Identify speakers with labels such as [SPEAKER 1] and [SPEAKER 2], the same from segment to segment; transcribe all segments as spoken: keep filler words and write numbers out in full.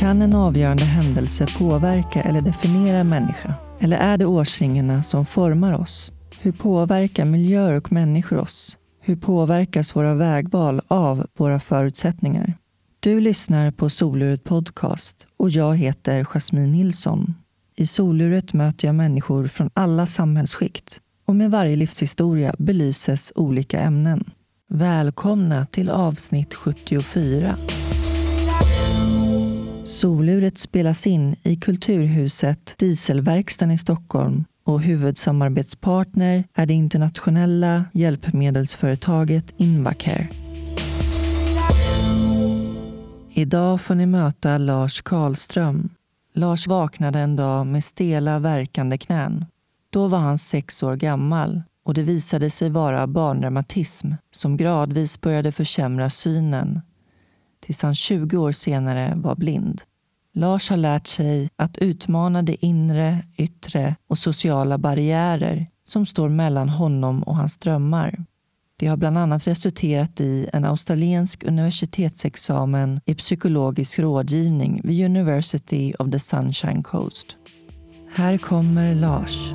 [SPEAKER 1] Kan en avgörande händelse påverka eller definiera en människa? Eller är det årsringarna som formar oss? Hur påverkar miljöer och människor oss? Hur påverkas våra vägval av våra förutsättningar? Du lyssnar på Soluret Podcast och jag heter Jasmine Nilsson. I Soluret möter jag människor från alla samhällsskikt och med varje livshistoria belyses olika ämnen. Välkomna till avsnitt sjuttiofyra. Soluret spelas in i Kulturhuset Dieselverkstan i Stockholm och huvudsamarbetspartner är det internationella hjälpmedelsföretaget Invacare. Idag får ni möta Lars Karlström. Lars vaknade en dag med stela verkande knän. Då var han sex år gammal och det visade sig vara barnreumatism som gradvis började försämra synen tills han tjugo år senare var blind. Lars har lärt sig att utmana det inre, yttre och sociala barriärer som står mellan honom och hans drömmar. Det har bland annat resulterat i en australiensk universitetsexamen i psykologisk rådgivning vid University of the Sunshine Coast. Här kommer Lars.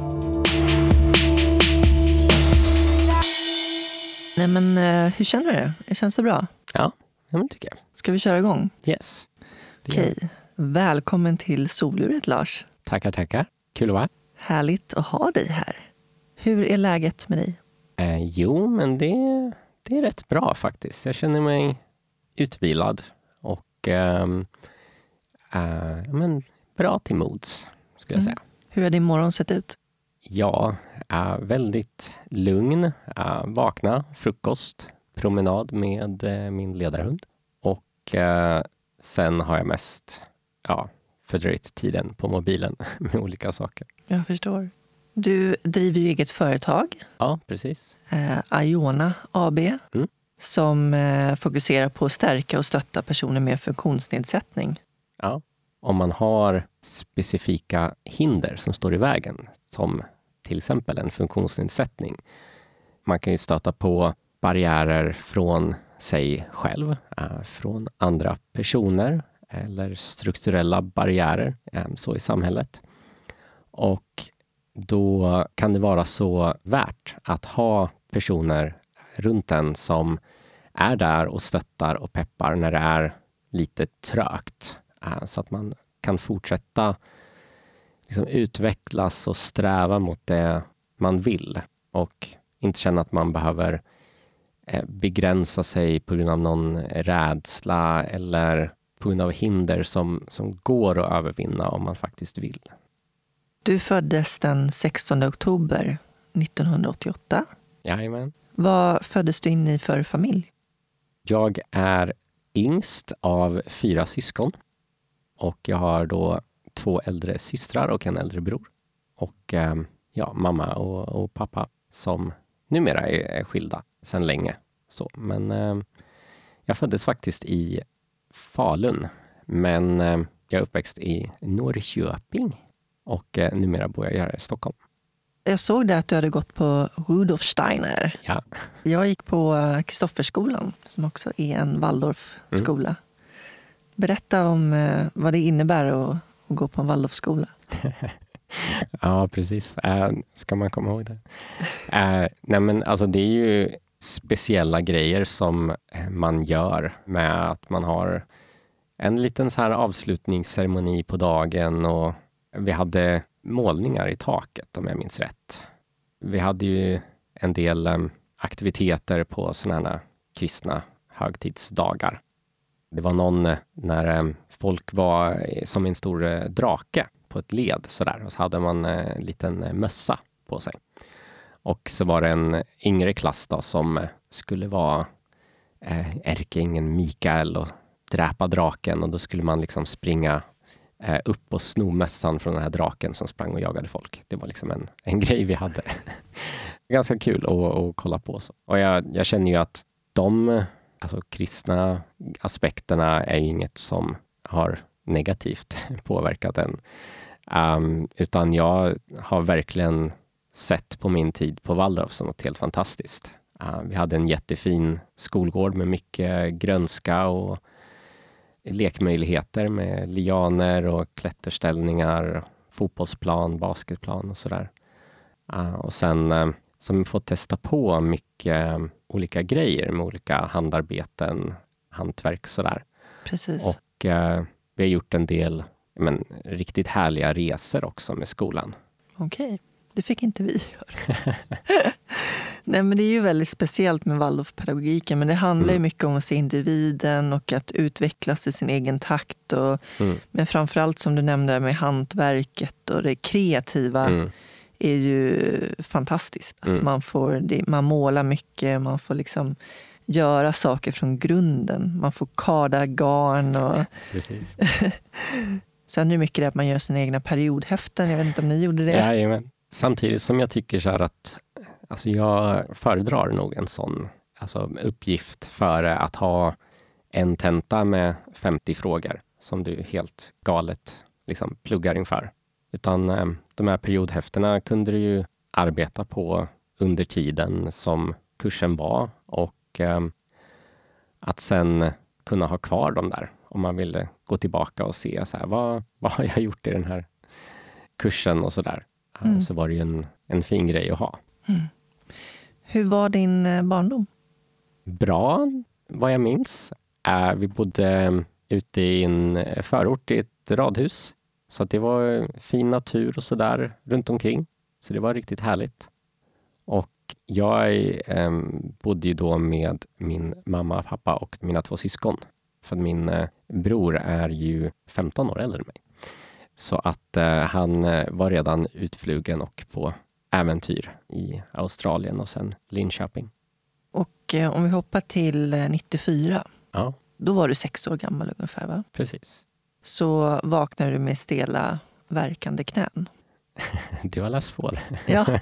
[SPEAKER 1] Nej men, hur känner du det? Känns det bra?
[SPEAKER 2] Ja, det tycker jag.
[SPEAKER 1] Ska vi köra igång?
[SPEAKER 2] Yes.
[SPEAKER 1] Okej. Okay. Välkommen till Soluret, Lars.
[SPEAKER 2] Tackar, tackar. Kul att vara.
[SPEAKER 1] Härligt att ha dig här. Hur är läget med dig?
[SPEAKER 2] Eh, jo, men det, det är rätt bra faktiskt. Jag känner mig utvilad och eh, eh, men bra till mods, skulle jag säga.
[SPEAKER 1] Mm. Hur har din morgon sett ut?
[SPEAKER 2] Ja, eh, väldigt lugn. Eh, vakna, frukost, promenad med eh, min ledarhund. Och eh, sen har jag mest ja, fördröjt tiden på mobilen med olika saker.
[SPEAKER 1] Jag förstår. Du driver ju eget företag.
[SPEAKER 2] Ja, precis.
[SPEAKER 1] Eh, Iona A B.
[SPEAKER 2] Mm.
[SPEAKER 1] Som eh, fokuserar på att stärka och stötta personer med funktionsnedsättning.
[SPEAKER 2] Ja, om man har specifika hinder som står i vägen. Som till exempel en funktionsnedsättning. Man kan ju stöta på barriärer från sig själv. Eh, från andra personer. Eller strukturella barriärer. Eh, så i samhället. Och då kan det vara så värt att ha personer runt en som är där och stöttar och peppar när det är lite trögt. Så att man kan fortsätta liksom utvecklas och sträva mot det man vill. Och inte känna att man behöver begränsa sig på grund av någon rädsla eller på grund av hinder som, som går att övervinna om man faktiskt vill.
[SPEAKER 1] Du föddes den sextonde oktober nittonhundraåttioåtta.
[SPEAKER 2] Jajamän.
[SPEAKER 1] Vad föddes du in i för familj?
[SPEAKER 2] Jag är yngst av fyra syskon. Och jag har då två äldre systrar och en äldre bror. Och eh, ja, mamma och, och pappa som numera är, är skilda sedan länge. Så, men eh, jag föddes faktiskt i Falun. Men eh, jag är uppväxt i Norrköping. Och eh, numera bor jag här i Stockholm.
[SPEAKER 1] Jag såg där att du hade gått på Rudolf Steiner.
[SPEAKER 2] Ja.
[SPEAKER 1] Jag gick på Kristofferskolan som också är en Waldorfskola. Mm. Berätta om eh, vad det innebär att, att gå på en Waldorfskola.
[SPEAKER 2] Ja, precis. Äh, ska man komma ihåg det? Äh, nej men alltså det är ju speciella grejer som man gör med att man har en liten så här avslutningsceremoni på dagen och vi hade målningar i taket om jag minns rätt. Vi hade ju en del um, aktiviteter på sådana här kristna högtidsdagar. Det var någon när um, folk var som en stor uh, drake på ett led sådär. Och så hade man uh, en liten uh, mössa på sig. Och så var det en yngre klass då som uh, skulle vara uh, ärkeängeln Mikael och dräpa draken. Och då skulle man liksom springa Eh, upp och sno mössan från den här draken som sprang och jagade folk. Det var liksom en, en grej vi hade. Ganska kul att, att kolla på. Så. Och jag, jag känner ju att de alltså, kristna aspekterna är ju inget som har negativt påverkat en. Um, utan jag har verkligen sett på min tid på Waldorf som något helt fantastiskt. Uh, vi hade en jättefin skolgård med mycket grönska och lekmöjligheter med lianer och klätterställningar, fotbollsplan, basketplan och sådär. Uh, och sen uh, som fått testa på mycket uh, olika grejer med olika handarbeten, hantverk sådär.
[SPEAKER 1] Precis.
[SPEAKER 2] Och uh, vi har gjort en del men, riktigt härliga resor också med skolan.
[SPEAKER 1] Okej, okay. Det fick inte vi göra. Nej, men det är ju väldigt speciellt med Waldorfpedagogiken, men det handlar mm. ju mycket om att se individen och att utvecklas i sin egen takt. Och, mm. Men framförallt som du nämnde med hantverket och det kreativa mm. är ju fantastiskt. Att mm. man, får det, man målar mycket, man får liksom göra saker från grunden. Man får karda garn. Och
[SPEAKER 2] Precis.
[SPEAKER 1] Sen är det mycket det att man gör sina egna periodhäften. Jag vet inte om ni gjorde det.
[SPEAKER 2] Jajamän. Samtidigt som jag tycker så här att alltså jag föredrar nog en sån alltså uppgift före att ha en tenta med femtio frågor som du helt galet liksom pluggar inför. Utan eh, de här periodhäftena kunde du ju arbeta på under tiden som kursen var och eh, att sen kunna ha kvar dem där om man ville gå tillbaka och se så här, vad, vad har jag gjort i den här kursen och sådär. Mm. Så var det ju en, en fin grej att ha. Mm.
[SPEAKER 1] Hur var din barndom?
[SPEAKER 2] Bra, vad jag minns. Äh, vi bodde ute i en förort i ett radhus. Så att det var fin natur och sådär runt omkring. Så det var riktigt härligt. Och jag äh, bodde ju då med min mamma, pappa och mina två syskon. För min äh, bror är ju femton år äldre än mig. Så att eh, han var redan utflugen och på äventyr i Australien och sen Linköping.
[SPEAKER 1] Och eh, om vi hoppar till eh, nittiofyra,
[SPEAKER 2] ja.
[SPEAKER 1] Då var du sex år gammal ungefär, va?
[SPEAKER 2] Precis.
[SPEAKER 1] Så vaknade du med stela, verkande knän.
[SPEAKER 2] Du har läst på det.
[SPEAKER 1] Ja.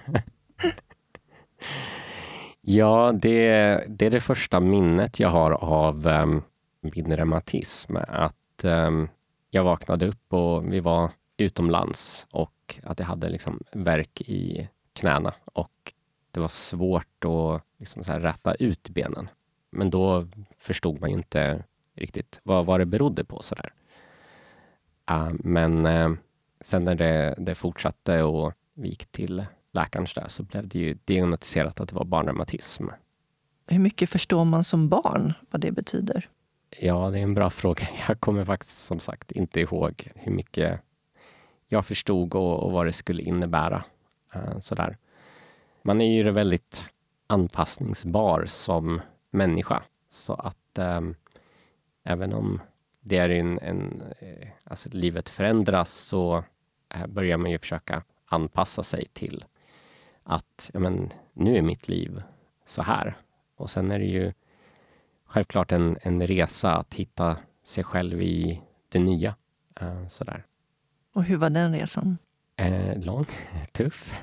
[SPEAKER 2] Ja, det, det är det första minnet jag har av um, min reumatism. Att um, jag vaknade upp och vi var utomlands och att jag hade liksom värk i knäna och det var svårt att liksom så här rätta ut benen. Men då förstod man ju inte riktigt vad, vad det berodde på sådär. Uh, men uh, sen när det, det fortsatte och vi gick till läkaren så, där, så blev det ju diagnostiserat att det var barnreumatism.
[SPEAKER 1] Hur mycket förstår man som barn vad det betyder?
[SPEAKER 2] Ja, det är en bra fråga. Jag kommer faktiskt som sagt inte ihåg hur mycket jag förstod och, och vad det skulle innebära. Uh, sådär. Man är ju väldigt anpassningsbar som människa. Så att um, även om det är en, en, alltså livet förändras så uh, börjar man ju försöka anpassa sig till att ja, men, nu är mitt liv så här. Och sen är det ju självklart en, en resa att hitta sig själv i det nya. Uh, sådär.
[SPEAKER 1] Och hur var den resan?
[SPEAKER 2] Eh, lång, tuff.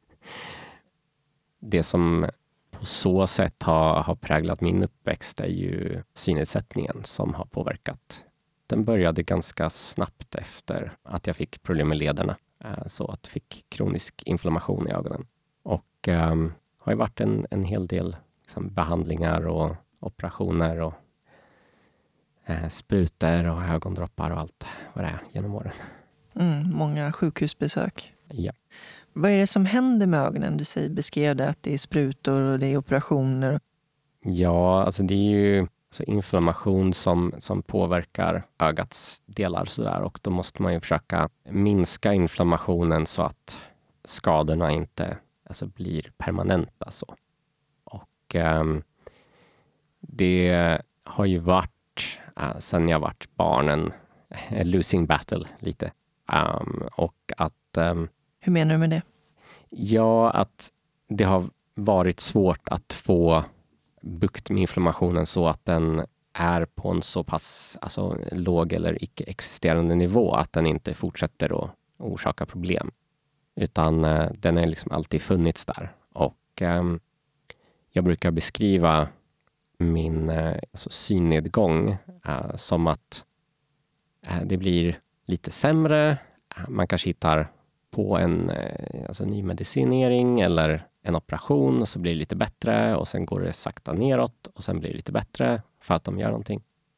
[SPEAKER 2] Det som på så sätt har, har präglat min uppväxt är ju synnedsättningen som har påverkat. Den började ganska snabbt efter att jag fick problem med lederna. Eh, så att jag fick kronisk inflammation i ögonen. Och eh, har ju varit en, en hel del liksom, behandlingar och operationer och eh, sprutor och ögondroppar och allt vad det är genom åren.
[SPEAKER 1] Mm, många sjukhusbesök.
[SPEAKER 2] Ja.
[SPEAKER 1] Vad är det som händer med ögonen? Du säger, beskrev det att det är sprutor och det är operationer.
[SPEAKER 2] Ja, alltså det är ju alltså inflammation som, som påverkar ögats delar sådär. Och då måste man ju försöka minska inflammationen så att skadorna inte alltså, blir permanenta. Så. Och um, det har ju varit, uh, sen jag varit barn, en losing battle lite. Um, och att... Um,
[SPEAKER 1] Hur menar du med det?
[SPEAKER 2] Ja, att det har varit svårt att få bukt med inflammationen så att den är på en så pass alltså, låg eller icke-existerande nivå att den inte fortsätter att orsaka problem. Utan uh, den har liksom alltid funnits där. Och um, jag brukar beskriva min uh, alltså, synnedgång uh, som att uh, det blir lite sämre. Man kanske hittar på en alltså, ny medicinering eller en operation och så blir det lite bättre och sen går det sakta neråt och sen blir det lite bättre för att de gör någonting.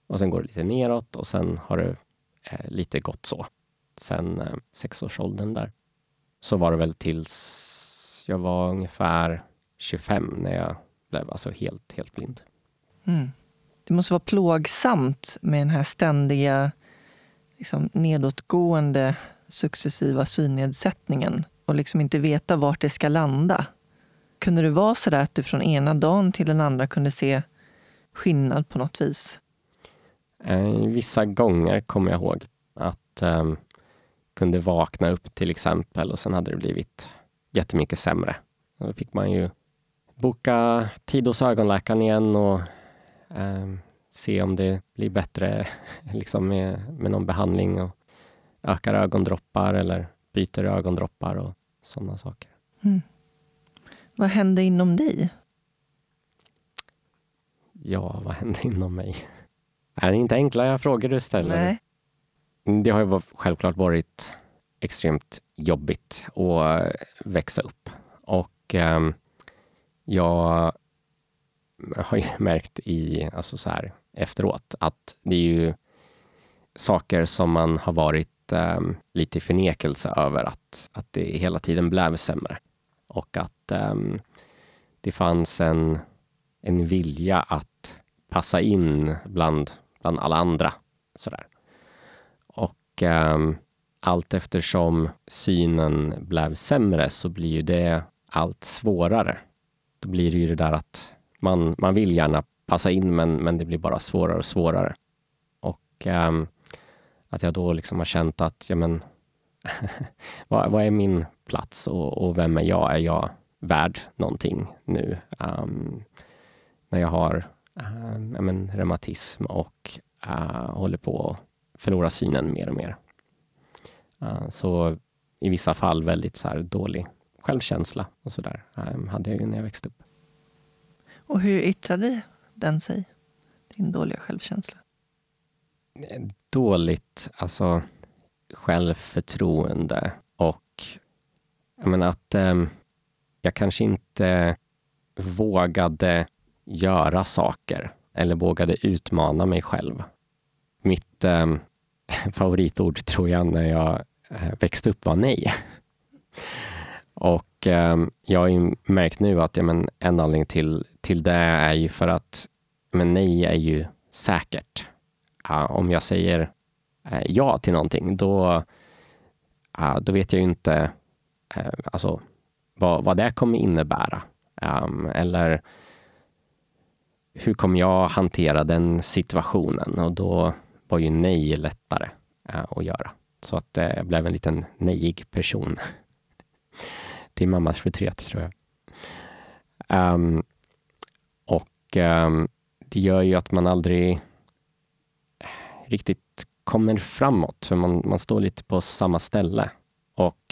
[SPEAKER 2] Och sen går det lite neråt och sen har det eh, lite gått så. Sen eh, sexårsåldern där. Så var det väl tills jag var ungefär tjugofem när jag blev alltså helt, helt blind.
[SPEAKER 1] Mm. Det måste vara plågsamt med den här ständiga liksom, nedåtgående successiva synnedsättningen och liksom inte veta vart det ska landa. Kunde det vara så där att du från ena dagen till den andra kunde se skillnad på något vis?
[SPEAKER 2] Eh, vissa gånger kommer jag ihåg att eh, kunde vakna upp till exempel och sen hade det blivit jättemycket sämre. Då fick man ju boka tid hos ögonläkaren igen och eh, se om det blir bättre liksom med, med någon behandling och ökar ögondroppar eller byter ögondroppar och sådana saker.
[SPEAKER 1] Mm. Vad hände inom dig?
[SPEAKER 2] Ja, vad hände inom mig? Är det inte enkla frågor du ställer?
[SPEAKER 1] Nej.
[SPEAKER 2] Det har ju självklart varit extremt jobbigt att växa upp. Och eh, jag har ju märkt i, alltså så här, efteråt att det är ju saker som man har varit eh, lite i förnekelse över att, att det hela tiden blev sämre. Och att eh, det fanns en, en vilja att passa in bland, bland alla andra. Sådär. Och eh, allt eftersom synen blev sämre så blir ju det allt svårare. Då blir det ju det där att man, man vill gärna passa in men, men det blir bara svårare och svårare. Och eh, att jag då liksom har känt att ja, men, vad, vad är min plats och, och vem är jag? Är jag värd någonting nu? Um, när jag har um, ja, men, reumatism och uh, håller på att förlora synen mer och mer. Uh, så i vissa fall väldigt så här, dålig självkänsla och sådär um, hade jag ju när jag växte upp.
[SPEAKER 1] Och hur yttrade den sig? Din dåliga självkänsla?
[SPEAKER 2] Dåligt, alltså självförtroende och jag menar att eh, jag kanske inte vågade göra saker eller vågade utmana mig själv. Mitt eh, favoritord tror jag när jag eh, växte upp var nej. Och eh, jag har ju märkt nu att ja, men, en anledning till, till det är ju för att men nej är ju säkert. Uh, om jag säger uh, ja till någonting, då, uh, då vet jag ju inte uh, alltså, vad, vad det kommer innebära. Um, eller hur kommer jag hantera den situationen? Och då var ju nej lättare uh, att göra. Så att uh, jag blev en liten nejig person. Till mammas förtret, tror jag. Um, och um, det gör ju att man aldrig riktigt kommer framåt. För man, man står lite på samma ställe. Och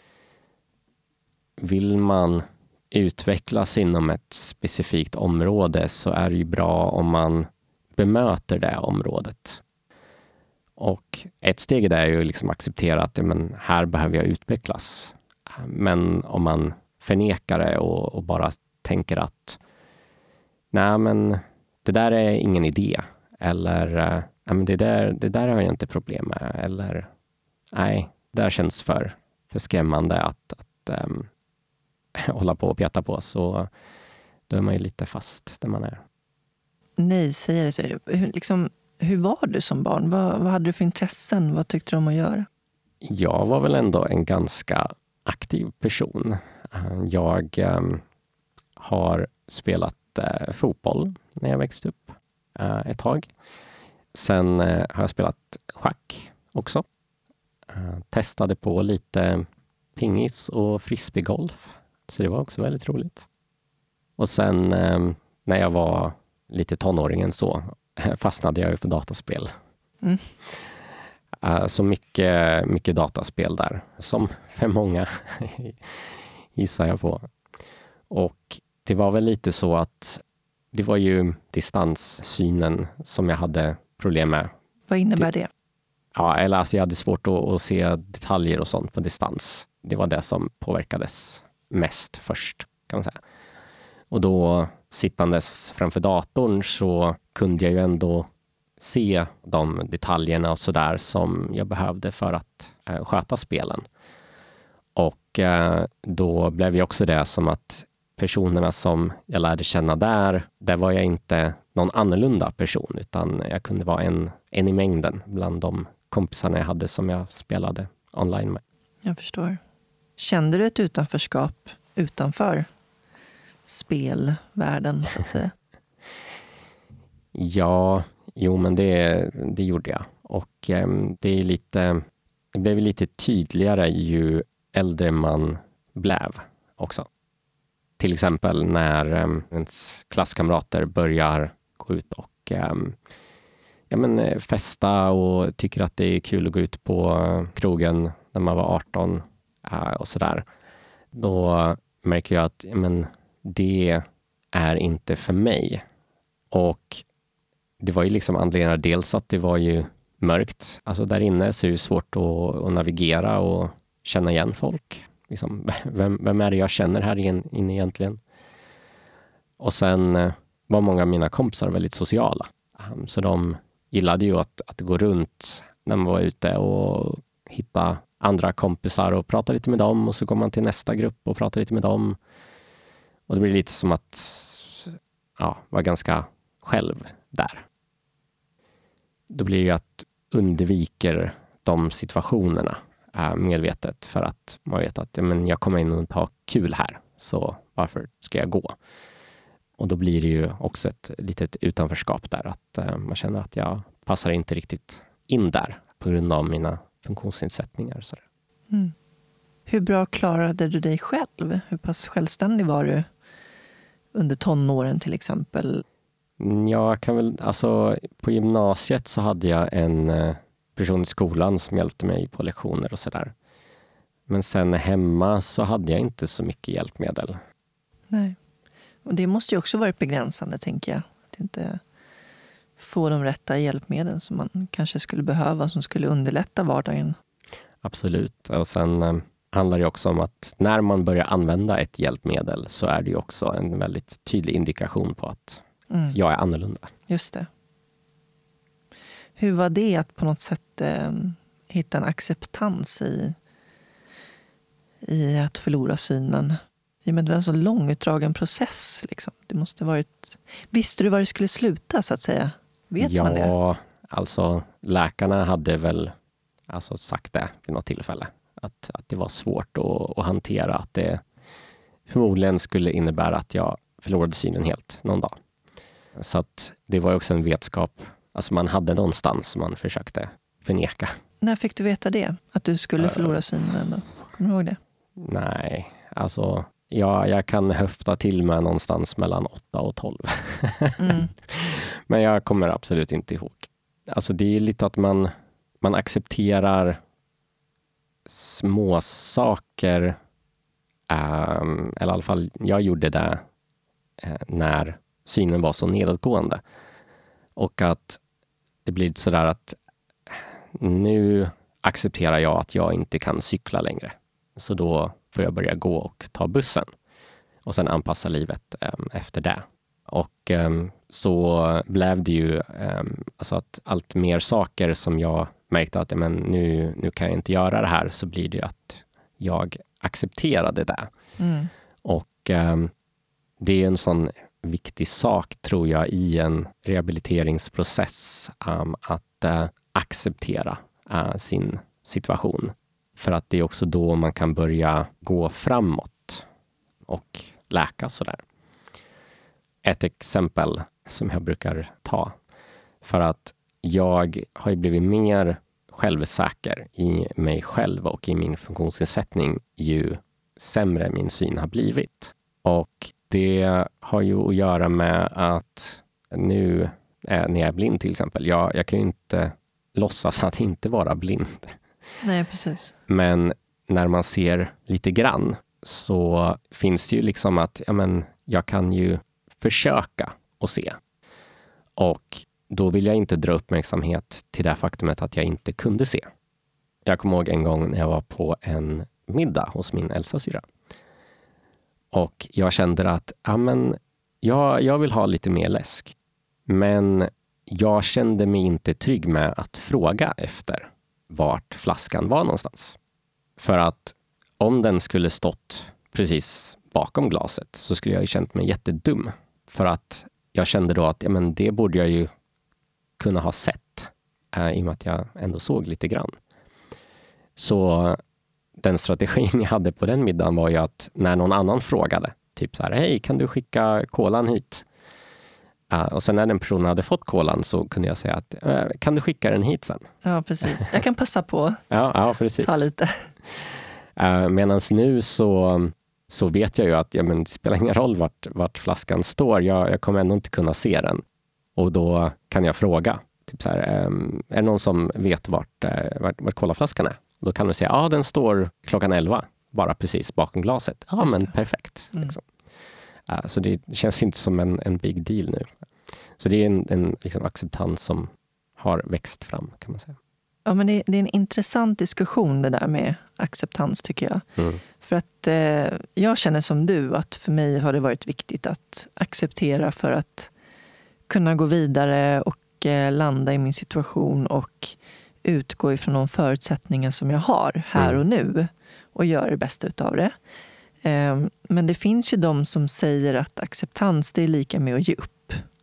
[SPEAKER 2] vill man utvecklas inom ett specifikt område så är det ju bra om man bemöter det området. Och ett steg i det är ju liksom acceptera att men, här behöver jag utvecklas. Men om man förnekar det och, och bara tänker att nej men det där är ingen idé. Eller ja, men det, där, det där har jag inte problem med. Eller nej, det där känns för, för skrämmande att, att um, hålla på och peta på. Så då är man ju lite fast där man är.
[SPEAKER 1] Nej, säger det sig. Hur, liksom, hur var du som barn? Vad, vad hade du för intressen? Vad tyckte du om att göra?
[SPEAKER 2] Jag var väl ändå en ganska aktiv person. Jag um, har spelat uh, fotboll när jag växte upp uh, ett tag. Sen uh, har jag spelat schack också. Uh, testade på lite pingis och frisbeegolf. Så det var också väldigt roligt. Och sen um, när jag var lite tonåringen så fastnade jag ju för dataspel. Mm. Uh, så mycket, mycket dataspel där. Som för många gissar jag på. Och det var väl lite så att det var ju distanssynen som jag hade problem med.
[SPEAKER 1] Vad innebär det?
[SPEAKER 2] Ja, eller alltså jag hade svårt att, att se detaljer och sånt på distans. Det var det som påverkades mest först, kan man säga. Och då sittandes framför datorn så kunde jag ju ändå se de detaljerna och sådär som jag behövde för att eh, sköta spelen. Och eh, då blev ju också det som att personerna som jag lärde känna där, där var jag inte någon annorlunda person, utan jag kunde vara en, en i mängden bland de kompisarna jag hade som jag spelade online med.
[SPEAKER 1] Jag förstår. Kände du ett utanförskap utanför spelvärlden, så att säga?
[SPEAKER 2] Ja, jo men det, det gjorde jag. Och eh, det är lite, det blev lite tydligare ju äldre man blev också. Till exempel när eh, ens klasskamrater börjar gå ut och eh, ja, men, festa och tycker att det är kul att gå ut på krogen när man var arton eh, och sådär. Då märker jag att ja, men, det är inte för mig. Och det var ju liksom anledningar, dels att det var ju mörkt. Alltså där inne så är det svårt att, att navigera och känna igen folk. Liksom, vem, vem är det jag känner här inne egentligen? Och sen var många av mina kompisar väldigt sociala. Så de gillade ju att, att gå runt när man var ute och hitta andra kompisar och prata lite med dem. Och så går man till nästa grupp och pratar lite med dem. Och det blir lite som att ja, vara ganska själv där. Då blir det ju att undviker de situationerna äh, medvetet, för att man vet att ja, men jag kommer in och ha kul här, så varför ska jag gå? Och då blir det ju också ett litet utanförskap där, att äh, man känner att jag passar inte riktigt in där på grund av mina funktionsnedsättningar. Så
[SPEAKER 1] mm. Hur bra klarade du dig själv? Hur pass självständig var du under tonåren till exempel?
[SPEAKER 2] Jag kan väl, alltså på gymnasiet så hade jag en person i skolan som hjälpte mig på lektioner och sådär. Men sen hemma så hade jag inte så mycket hjälpmedel.
[SPEAKER 1] Nej. Och det måste ju också varit begränsande, tänker jag. Att inte få de rätta hjälpmedlen som man kanske skulle behöva, som skulle underlätta vardagen.
[SPEAKER 2] Absolut. Och sen eh, handlar det också om att när man börjar använda ett hjälpmedel så är det ju också en väldigt tydlig indikation på att mm. jag är annorlunda.
[SPEAKER 1] Just det. Hur var det att på något sätt eh, hitta en acceptans i, i att förlora synen? I och med att det var en så långutdragen process. Liksom. Det måste varit... Visste du var det skulle sluta, så att säga? Vet
[SPEAKER 2] ja,
[SPEAKER 1] man det?
[SPEAKER 2] Ja, alltså läkarna hade väl alltså, sagt det vid något tillfälle. Att, att det var svårt att, att hantera. Att det förmodligen skulle innebära att jag förlorade synen helt någon dag. Så att det var också en vetskap. Alltså man hade någonstans som man försökte förneka.
[SPEAKER 1] När fick du veta det? Att du skulle förlora synen ändå? Kommer du ihåg det?
[SPEAKER 2] Nej, alltså ja, jag kan höfta till med någonstans mellan åtta och tolv. Mm. Men jag kommer absolut inte ihåg. Alltså det är ju lite att man, man accepterar små saker. Um, eller i alla fall, jag gjorde det uh, när synen var så nedåtgående. Och att det blir sådär att nu accepterar jag att jag inte kan cykla längre. Så då får jag börja gå och ta bussen. Och sen anpassa livet um, efter det. Och um, så blev det ju um, alltså att allt mer saker som jag märkte att men nu, nu kan jag inte göra det här, så blir det att jag accepterade det. Mm. Och um, det är en sån viktig sak, tror jag, i en rehabiliteringsprocess um, att uh, acceptera uh, sin situation. För att det är också då man kan börja gå framåt och läka sådär. Ett exempel som jag brukar ta. För att jag har ju blivit mer självsäker i mig själv och i min funktionsnedsättning ju sämre min syn har blivit. Och det har ju att göra med att nu är, när jag är blind till exempel, jag, jag kan ju inte låtsas att inte vara blind.
[SPEAKER 1] Nej, precis.
[SPEAKER 2] Men när man ser lite grann så finns det ju liksom att ja, men, jag kan ju försöka att se. Och då vill jag inte dra uppmärksamhet till det faktumet att jag inte kunde se. Jag kommer ihåg en gång när jag var på en middag hos min äldsta syra. Och jag kände att ja, men, jag, jag vill ha lite mer läsk. Men jag kände mig inte trygg med att fråga efter vart flaskan var någonstans. För att om den skulle stått precis bakom glaset så skulle jag ju känt mig jättedum. För att jag kände då att ja, men det borde jag ju kunna ha sett. Äh, I och med att jag ändå såg lite grann. Så den strategin jag hade på den middagen var ju att när någon annan frågade, typ så här, hej, kan du skicka kolan hit? Uh, och sen när den personen hade fått kolan så kunde jag säga att uh, kan du skicka den hit sen?
[SPEAKER 1] Ja, precis. Jag kan passa på.
[SPEAKER 2] ja, ja, precis.
[SPEAKER 1] Ta lite.
[SPEAKER 2] Uh, Medan nu så, så vet jag ju att ja, men det spelar ingen roll vart, vart flaskan står. Jag, jag kommer ändå inte kunna se den. Och då kan jag fråga. Typ så här, um, är det någon som vet vart, uh, vart, vart kolaflaskan är? Då kan du säga, ja den står klockan elva. Bara precis bakom glaset. Ja, men perfekt.
[SPEAKER 1] Mm.
[SPEAKER 2] Liksom. Uh, så det känns inte som en, en big deal nu. Så det är en, en liksom, acceptans som har växt fram, kan man säga.
[SPEAKER 1] Ja, men det, det är en intressant diskussion det där med acceptans, tycker jag.
[SPEAKER 2] Mm.
[SPEAKER 1] För att eh, jag känner som du att för mig har det varit viktigt att acceptera för att kunna gå vidare och eh, landa i min situation och utgå ifrån de förutsättningar som jag har här
[SPEAKER 2] Mm.
[SPEAKER 1] och nu och göra det bästa utav det. Eh, men det finns ju de som säger att acceptans, det är lika med att ge upp.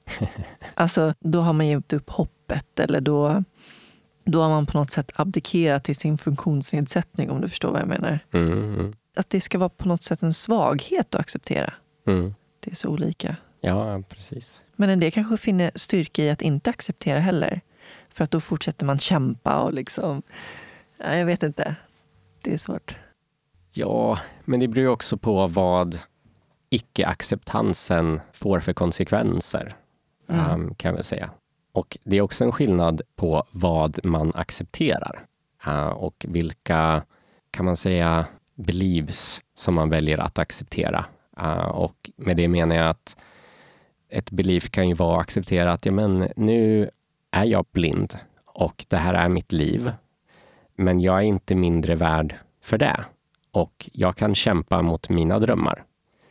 [SPEAKER 1] Alltså, då har man gett upp hoppet eller då, då har man på något sätt abdikerat till sin funktionsnedsättning, om du förstår vad jag menar.
[SPEAKER 2] Mm, mm.
[SPEAKER 1] Att det ska vara på något sätt en svaghet att acceptera.
[SPEAKER 2] Mm.
[SPEAKER 1] Det är så olika.
[SPEAKER 2] Ja, precis.
[SPEAKER 1] Men en del kanske finner styrka i att inte acceptera heller. För att då fortsätter man kämpa och liksom... Ja, jag vet inte. Det är svårt.
[SPEAKER 2] Ja, men det beror ju också på vad icke-acceptansen får för konsekvenser,
[SPEAKER 1] Mm.
[SPEAKER 2] um, kan jag väl säga. Och det är också en skillnad på vad man accepterar. Uh, och vilka, kan man säga, beliefs som man väljer att acceptera. Uh, och med det menar jag att ett belief kan ju vara att acceptera att ja, men nu är jag blind och det här är mitt liv. Men jag är inte mindre värd för det. Och jag kan kämpa mot mina drömmar.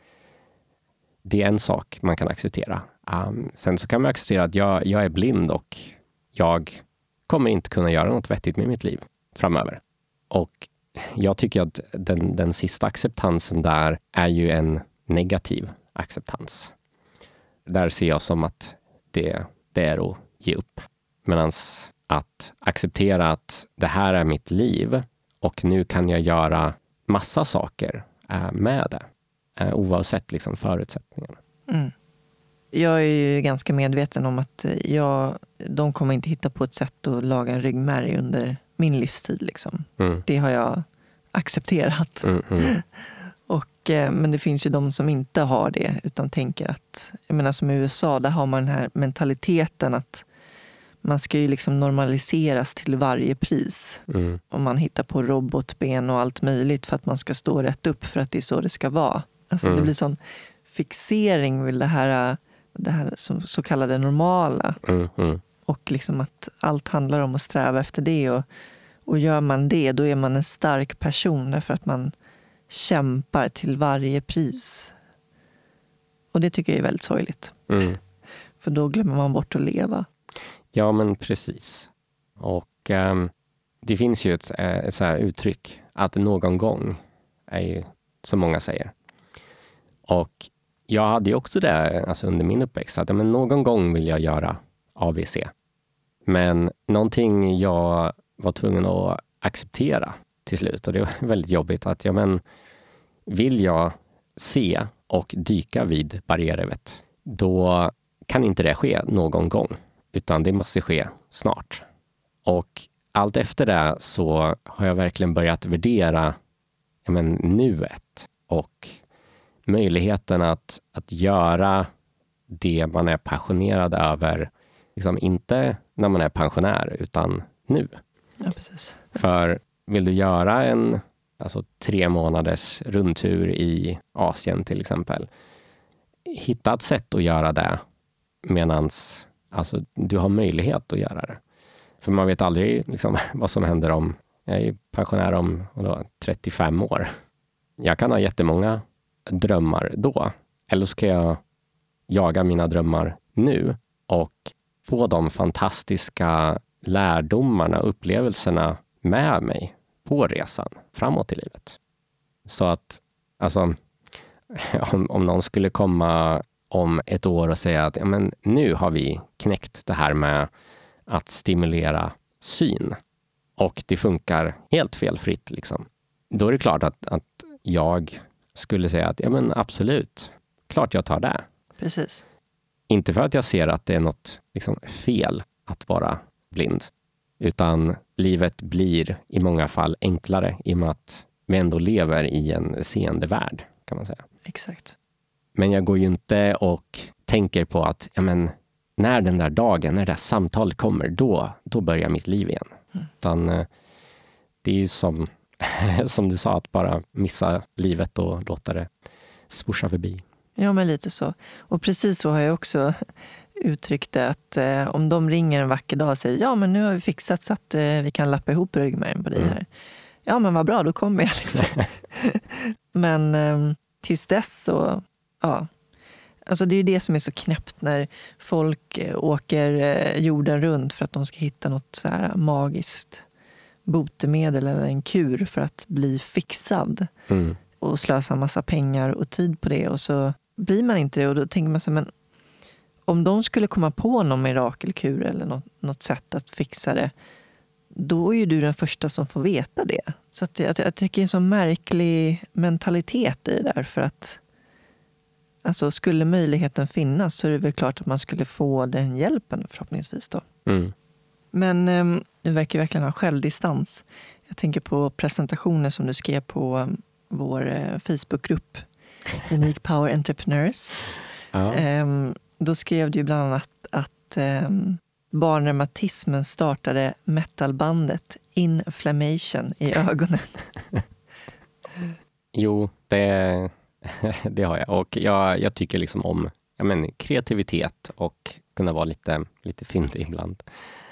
[SPEAKER 2] Det är en sak man kan acceptera. Um, sen så kan man acceptera att jag, jag är blind och jag kommer inte kunna göra något vettigt med mitt liv framöver. Och jag tycker att den, den sista acceptansen där är ju en negativ acceptans. Där ser jag som att det, det är att ge upp. Medan att acceptera att det här är mitt liv och nu kan jag göra massa saker uh, med det. Uh, oavsett liksom förutsättningarna.
[SPEAKER 1] Mm. Jag är ju ganska medveten om att jag, de kommer inte hitta på ett sätt att laga en ryggmärg under min livstid. Liksom.
[SPEAKER 2] Mm.
[SPEAKER 1] Det har jag accepterat.
[SPEAKER 2] Mm, mm.
[SPEAKER 1] Och, eh, men det finns ju de som inte har det utan tänker att, jag menar som i U S A, där har man den här mentaliteten att man ska ju liksom normaliseras till varje pris.
[SPEAKER 2] Mm.
[SPEAKER 1] Och man hittar på robotben och allt möjligt för att man ska stå rätt upp för att det är så det ska vara. Alltså
[SPEAKER 2] Mm.
[SPEAKER 1] det blir sån fixering vid det här, det här så, så kallade normala.
[SPEAKER 2] Mm, mm.
[SPEAKER 1] Och liksom att allt handlar om att sträva efter det. Och, och gör man det, då är man en stark person därför att man kämpar till varje pris. Och det tycker jag är väldigt sorgligt.
[SPEAKER 2] Mm.
[SPEAKER 1] För då glömmer man bort att leva.
[SPEAKER 2] Ja, men precis. Och um, det finns ju ett, ett så här uttryck att någon gång är ju, som många säger. Och jag hade ju också det alltså under min uppväxt att ja, men någon gång vill jag göra A B C. Men någonting jag var tvungen att acceptera till slut, och det var väldigt jobbigt, att ja, men vill jag se och dyka vid barriärrevet, då kan inte det ske någon gång, utan det måste ske snart. Och allt efter det så har jag verkligen börjat värdera ja, men nuet och möjligheten att, att göra det man är passionerad över, liksom inte när man är pensionär, utan nu.
[SPEAKER 1] Ja, precis.
[SPEAKER 2] För vill du göra en alltså, tre månaders rundtur i Asien till exempel, hitta ett sätt att göra det medans alltså, du har möjlighet att göra det. För man vet aldrig liksom, vad som händer om, jag är pensionär om då, trettiofem år. Jag kan ha jättemånga drömmar då. Eller så kan jag jaga mina drömmar nu och få de fantastiska lärdomarna och upplevelserna med mig på resan framåt i livet. Så att, alltså, om, om någon skulle komma om ett år och säga att ja, men nu har vi knäckt det här med att stimulera syn och det funkar helt felfritt, liksom. Då är det klart att, att jag skulle säga att ja, men absolut, klart jag tar det.
[SPEAKER 1] Precis.
[SPEAKER 2] Inte för att jag ser att det är något liksom fel att vara blind, utan livet blir i många fall enklare i och med att vi ändå lever i en seende värld, kan man säga.
[SPEAKER 1] Exakt.
[SPEAKER 2] Men jag går ju inte och tänker på att ja, men, när den där dagen, när det där samtalet kommer, då, då börjar mitt liv igen. Mm. Utan det är ju som, som du sa, att bara missa livet och låta det svorsa förbi.
[SPEAKER 1] Ja, men lite så. Och precis så har jag också uttryckt det, att eh, om de ringer en vacker dag och säger ja, men nu har vi fixat så att eh, vi kan lappa ihop ryggmärgen på dig här. Mm. Ja, men vad bra, då kommer jag liksom. Men eh, tills dess så, ja. Alltså det är ju det som är så knäppt när folk eh, åker eh, jorden runt för att de ska hitta något så här magiskt botemedel eller en kur för att bli fixad. Mm. Och slösa massa pengar och tid på det. Och så blir man inte det. Och då tänker man så här, men om de skulle komma på någon mirakelkur eller något, något sätt att fixa det, då är ju du den första som får veta det. Så att jag, jag tycker det är en så märklig mentalitet i det där. För att alltså, skulle möjligheten finnas så är det väl klart att man skulle få den hjälpen förhoppningsvis då. Mm. Men um, du verkar verkligen ha självdistans. Jag tänker på presentationer som du skrev på um, vår uh, Facebookgrupp Unique Power Entrepreneurs. Ja. Um, då skrev du ju bland annat att um, barnreumatismen startade metalbandet Inflammation i ögonen.
[SPEAKER 2] Jo, det, det har jag. Och jag, jag tycker liksom om ja, men, kreativitet och kunna vara lite, lite fyndig ibland.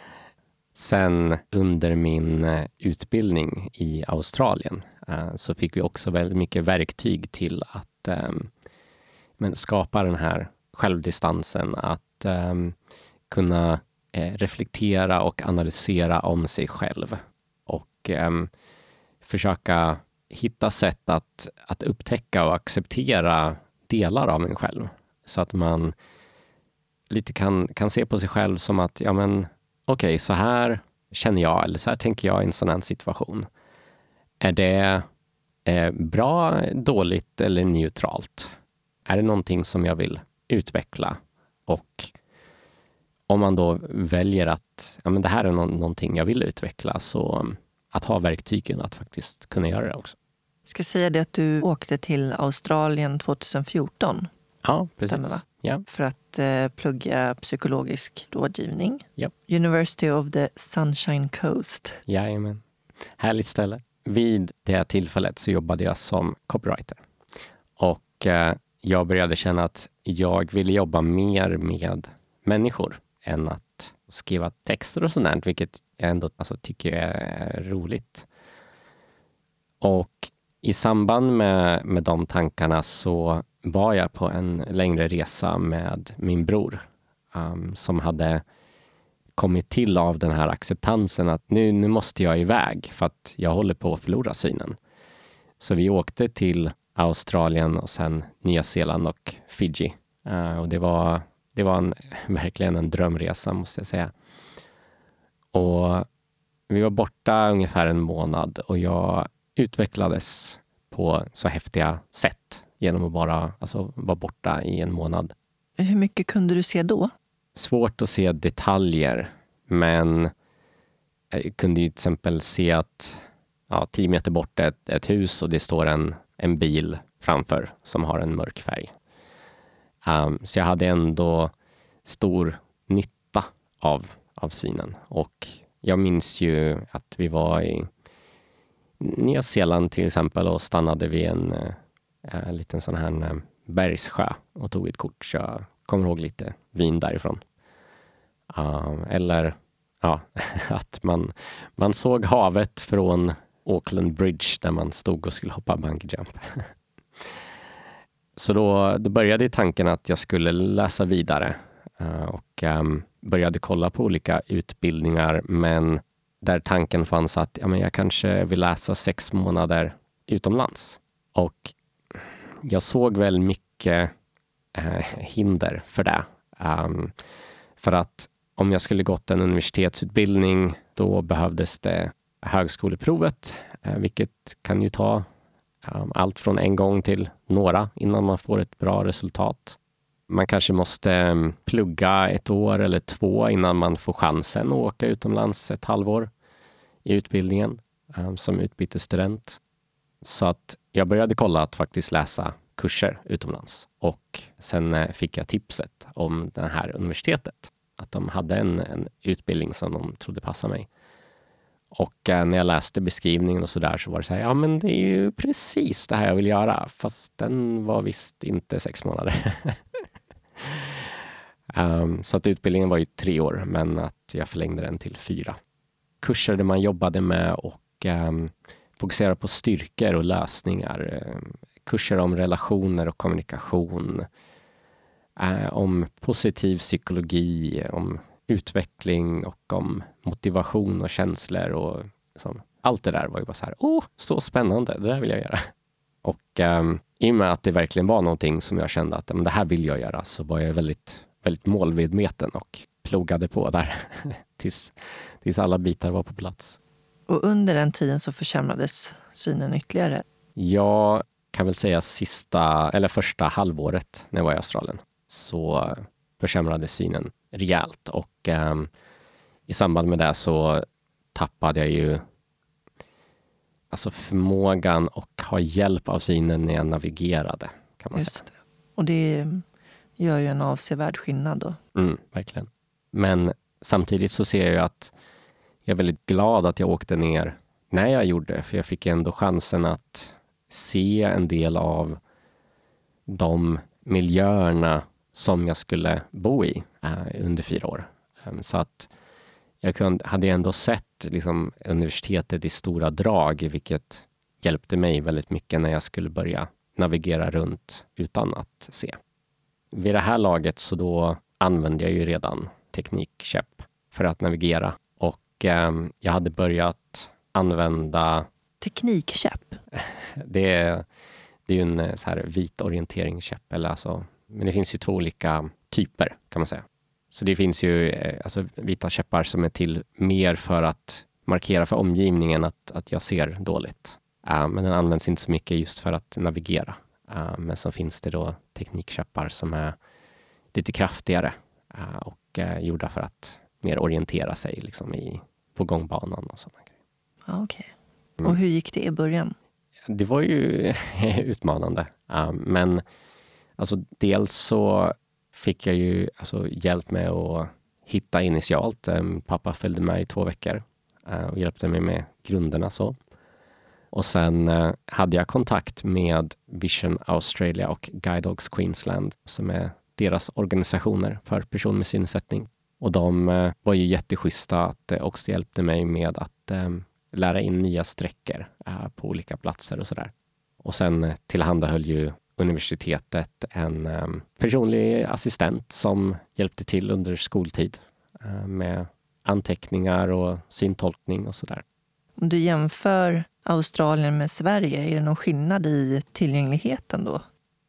[SPEAKER 2] Sen under min utbildning i Australien uh, så fick vi också väldigt mycket verktyg till att um, men skapa den här självdistansen, att um, kunna uh, reflektera och analysera om sig själv och um, försöka hitta sätt att, att upptäcka och acceptera delar av en själv, så att man lite kan, kan se på sig själv som att ja men okej, okay, så här känner jag, eller så här tänker jag i en sån här situation. Är det eh, bra, dåligt eller neutralt? Är det någonting som jag vill utveckla? Och om man då väljer att ja, men det här är no- någonting jag vill utveckla, så att ha verktygen att faktiskt kunna göra det också.
[SPEAKER 1] Jag ska säga det att du åkte till Australien tjugohundrafjorton.
[SPEAKER 2] Ja, precis.
[SPEAKER 1] Stämmer, va?
[SPEAKER 2] Ja.
[SPEAKER 1] För att eh, plugga psykologisk rådgivning.
[SPEAKER 2] Ja.
[SPEAKER 1] University of the Sunshine Coast.
[SPEAKER 2] Jajamän. Härligt ställe. Vid det tillfället så jobbade jag som copywriter. Och eh, jag började känna att jag ville jobba mer med människor än att skriva texter och sådant, vilket jag ändå alltså, tycker är roligt. Och i samband med, med de tankarna så var jag på en längre resa med min bror um, som hade kommit till av den här acceptansen att nu, nu måste jag iväg för att jag håller på att förlora synen. Så vi åkte till Australien och sen Nya Zeeland och Fiji. Uh, och det var, det var en, verkligen en drömresa, måste jag säga. Och vi var borta ungefär en månad och jag utvecklades på så häftiga sätt genom att bara alltså, vara borta i en månad.
[SPEAKER 1] Hur mycket kunde du se då?
[SPEAKER 2] Svårt att se detaljer, men jag kunde ju till exempel se att ja, tio meter bort är ett, ett hus och det står en, en bil framför som har en mörk färg. Um, så jag hade ändå stor nytta av, av synen. Och jag minns ju att vi var i Nya Zeeland till exempel och stannade vid en, en liten sån här bergssjö och tog ett kort, så jag kommer ihåg lite vin därifrån. Uh, eller ja, att man, man såg havet från Auckland Bridge där man stod och skulle hoppa bungee jump. Så då, då började tanken att jag skulle läsa vidare uh, och um, började kolla på olika utbildningar, men där tanken fanns att ja, men jag kanske vill läsa sex månader utomlands. Och jag såg väl mycket uh, hinder för det. Um, för att om jag skulle gått en universitetsutbildning, då behövdes det högskoleprovet, uh, vilket kan ju ta um, allt från en gång till några innan man får ett bra resultat. Man kanske måste plugga ett år eller två innan man får chansen att åka utomlands ett halvår i utbildningen um, som utbytesstudent. Så att jag började kolla att faktiskt läsa kurser utomlands. Och sen uh, fick jag tipset om det här universitetet. Att de hade en, en utbildning som de trodde passade mig. Och uh, när jag läste beskrivningen och sådär så var det så här, ja men det är ju precis det här jag vill göra. Fast den var visst inte sex månader. Um, så att utbildningen var ju tre år, men att jag förlängde den till fyra. Kurser där man jobbade med och um, fokuserade på styrkor och lösningar. Um, kurser om relationer och kommunikation. Uh, om positiv psykologi, om utveckling och om motivation och känslor. Och liksom, allt det där var ju bara så här, åh, oh, så spännande, det där vill jag göra. Och um, i och med att det verkligen var någonting som jag kände att men det här vill jag göra, så var jag väldigt, väldigt målmedveten och pluggade på där tills, tills alla bitar var på plats.
[SPEAKER 1] Och under den tiden så försämrades synen ytterligare?
[SPEAKER 2] Jag kan väl säga sista, eller första halvåret när jag var i Australien så försämrades synen rejält. Och um, i samband med det så tappade jag ju alltså förmågan och ha hjälp av synen när jag navigerade, kan man
[SPEAKER 1] Just
[SPEAKER 2] säga.
[SPEAKER 1] det. Och det gör ju en avsevärd skillnad då.
[SPEAKER 2] Mm, verkligen. Men samtidigt så ser jag ju att jag är väldigt glad att jag åkte ner när jag gjorde. För jag fick ändå chansen att se en del av de miljöerna som jag skulle bo i äh, under fyra år. Um, så att jag kunde, hade ändå sett liksom, universitetet i stora drag, vilket hjälpte mig väldigt mycket när jag skulle börja navigera runt utan att se. Vid det här laget så då använde jag ju redan teknikkäpp för att navigera. Och eh, jag hade börjat använda...
[SPEAKER 1] Teknikkäpp?
[SPEAKER 2] Det är, det är ju en så här vit orienteringskäpp. Eller alltså, men det finns ju två olika typer, kan man säga. Så det finns ju alltså, vita käppar som är till mer för att markera för omgivningen att, att jag ser dåligt. Uh, men den används inte så mycket just för att navigera. Uh, men så finns det då teknikkäppar som är lite kraftigare uh, och uh, gjorda för att mer orientera sig liksom, i, på gångbanan och sådana grejer.
[SPEAKER 1] Ja, okej. Okay. Och hur gick det i början?
[SPEAKER 2] Det var ju utmanande. Uh, men alltså, dels så fick jag ju alltså, hjälp med att hitta initialt. Um, pappa följde med i två veckor uh, och hjälpte mig med grunderna. Så. Och sen uh, hade jag kontakt med Vision Australia och Guide Dogs Queensland som är deras organisationer för personer med synnedsättning. Och de uh, var ju jätteschyssta att uh, också hjälpte mig med att um, lära in nya sträckor uh, på olika platser och sådär. Och sen uh, tillhandahöll ju universitetet en um, personlig assistent som hjälpte till under skoltid uh, med anteckningar och syntolkning och sådär.
[SPEAKER 1] Om du jämför Australien med Sverige, är det någon skillnad i tillgängligheten då?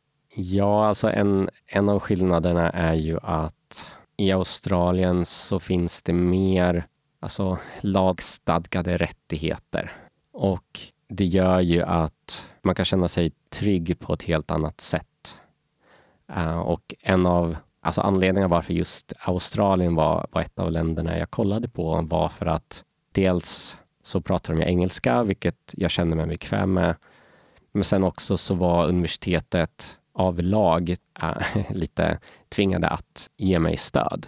[SPEAKER 2] Ja, alltså en, en av skillnaderna är ju att i Australien så finns det mer alltså, lagstadgade rättigheter. Och det gör ju att man kan känna sig trygg på ett helt annat sätt. Uh, och en av alltså anledningarna varför just Australien var, var ett av länderna jag kollade på var för att dels så pratar de engelska, vilket jag kände mig bekväm med. Men sen också så var universitetet av lag uh, lite tvingade att ge mig stöd.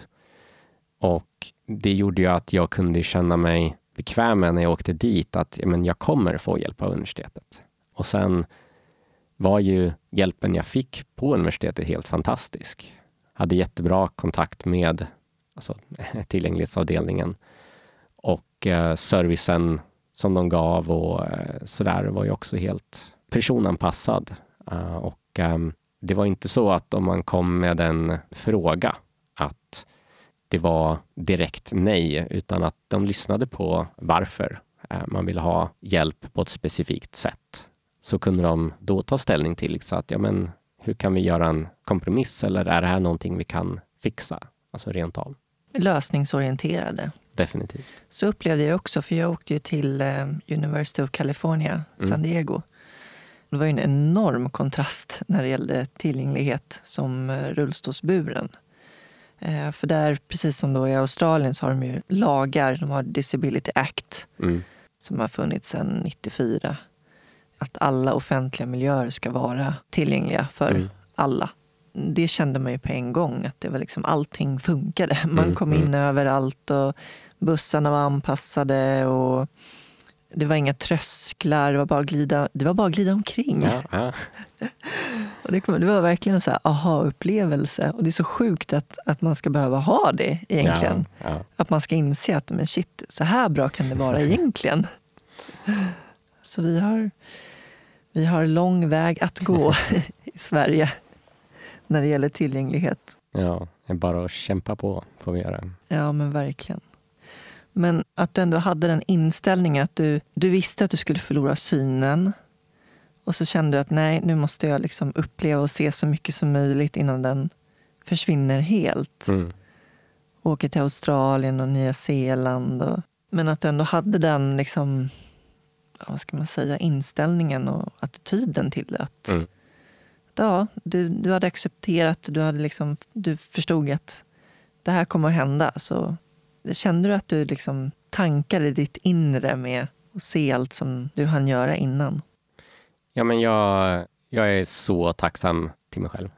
[SPEAKER 2] Och det gjorde ju att jag kunde känna mig bekväm med när jag åkte dit att ja, men jag kommer få hjälp av universitetet. Och sen var ju hjälpen jag fick på universitetet helt fantastisk. Hade jättebra kontakt med alltså, tillgänglighetsavdelningen. Och eh, servicen som de gav och eh, sådär var ju också helt personanpassad. Uh, och um, det var inte så att om man kom med en fråga att det var direkt nej, utan att de lyssnade på varför man vill ha hjälp på ett specifikt sätt. Så kunde de då ta ställning till så att, ja men hur kan vi göra en kompromiss, eller är det här någonting vi kan fixa? Alltså rent av.
[SPEAKER 1] Lösningsorienterade.
[SPEAKER 2] Definitivt.
[SPEAKER 1] Så upplevde jag också, för jag åkte ju till eh, University of California, San Diego. Mm. Det var ju en enorm kontrast när det gällde tillgänglighet som eh, rullstolsburen. Eh, för där, precis som då i Australien, så har de ju lagar, de har Disability Act mm. som har funnits sedan nittiofyra. Att alla offentliga miljöer ska vara tillgängliga för mm. alla. Det kände man ju på en gång, att det var liksom, allting funkade. Man mm, kom in mm. överallt och bussarna var anpassade och det var inga trösklar, det var bara glida, det var bara glida omkring. Ja, ja. Och det, kom, det var verkligen en så här aha-upplevelse. Och det är så sjukt att, att man ska behöva ha det egentligen. Ja, ja. Att man ska inse att men shit, så här bra kan det vara egentligen. Så vi har, vi har lång väg att gå i Sverige när det gäller tillgänglighet.
[SPEAKER 2] Ja, det är bara att kämpa på, får vi göra.
[SPEAKER 1] Ja, men verkligen. Men att du ändå hade den inställningen att du, du visste att du skulle förlora synen. Och så kände du att nej, nu måste jag liksom uppleva och se så mycket som möjligt innan den försvinner helt. Mm. Åker till Australien och Nya Zeeland. Och, men att du ändå hade den liksom, vad ska man säga, inställningen och attityden till det. Att, mm. ja, du, du hade accepterat, du, hade liksom, du förstod att det här kommer att hända. Så kände du att du liksom tankade ditt inre med att se allt som du hann göra innan?
[SPEAKER 2] Ja, men jag, jag är så tacksam till mig själv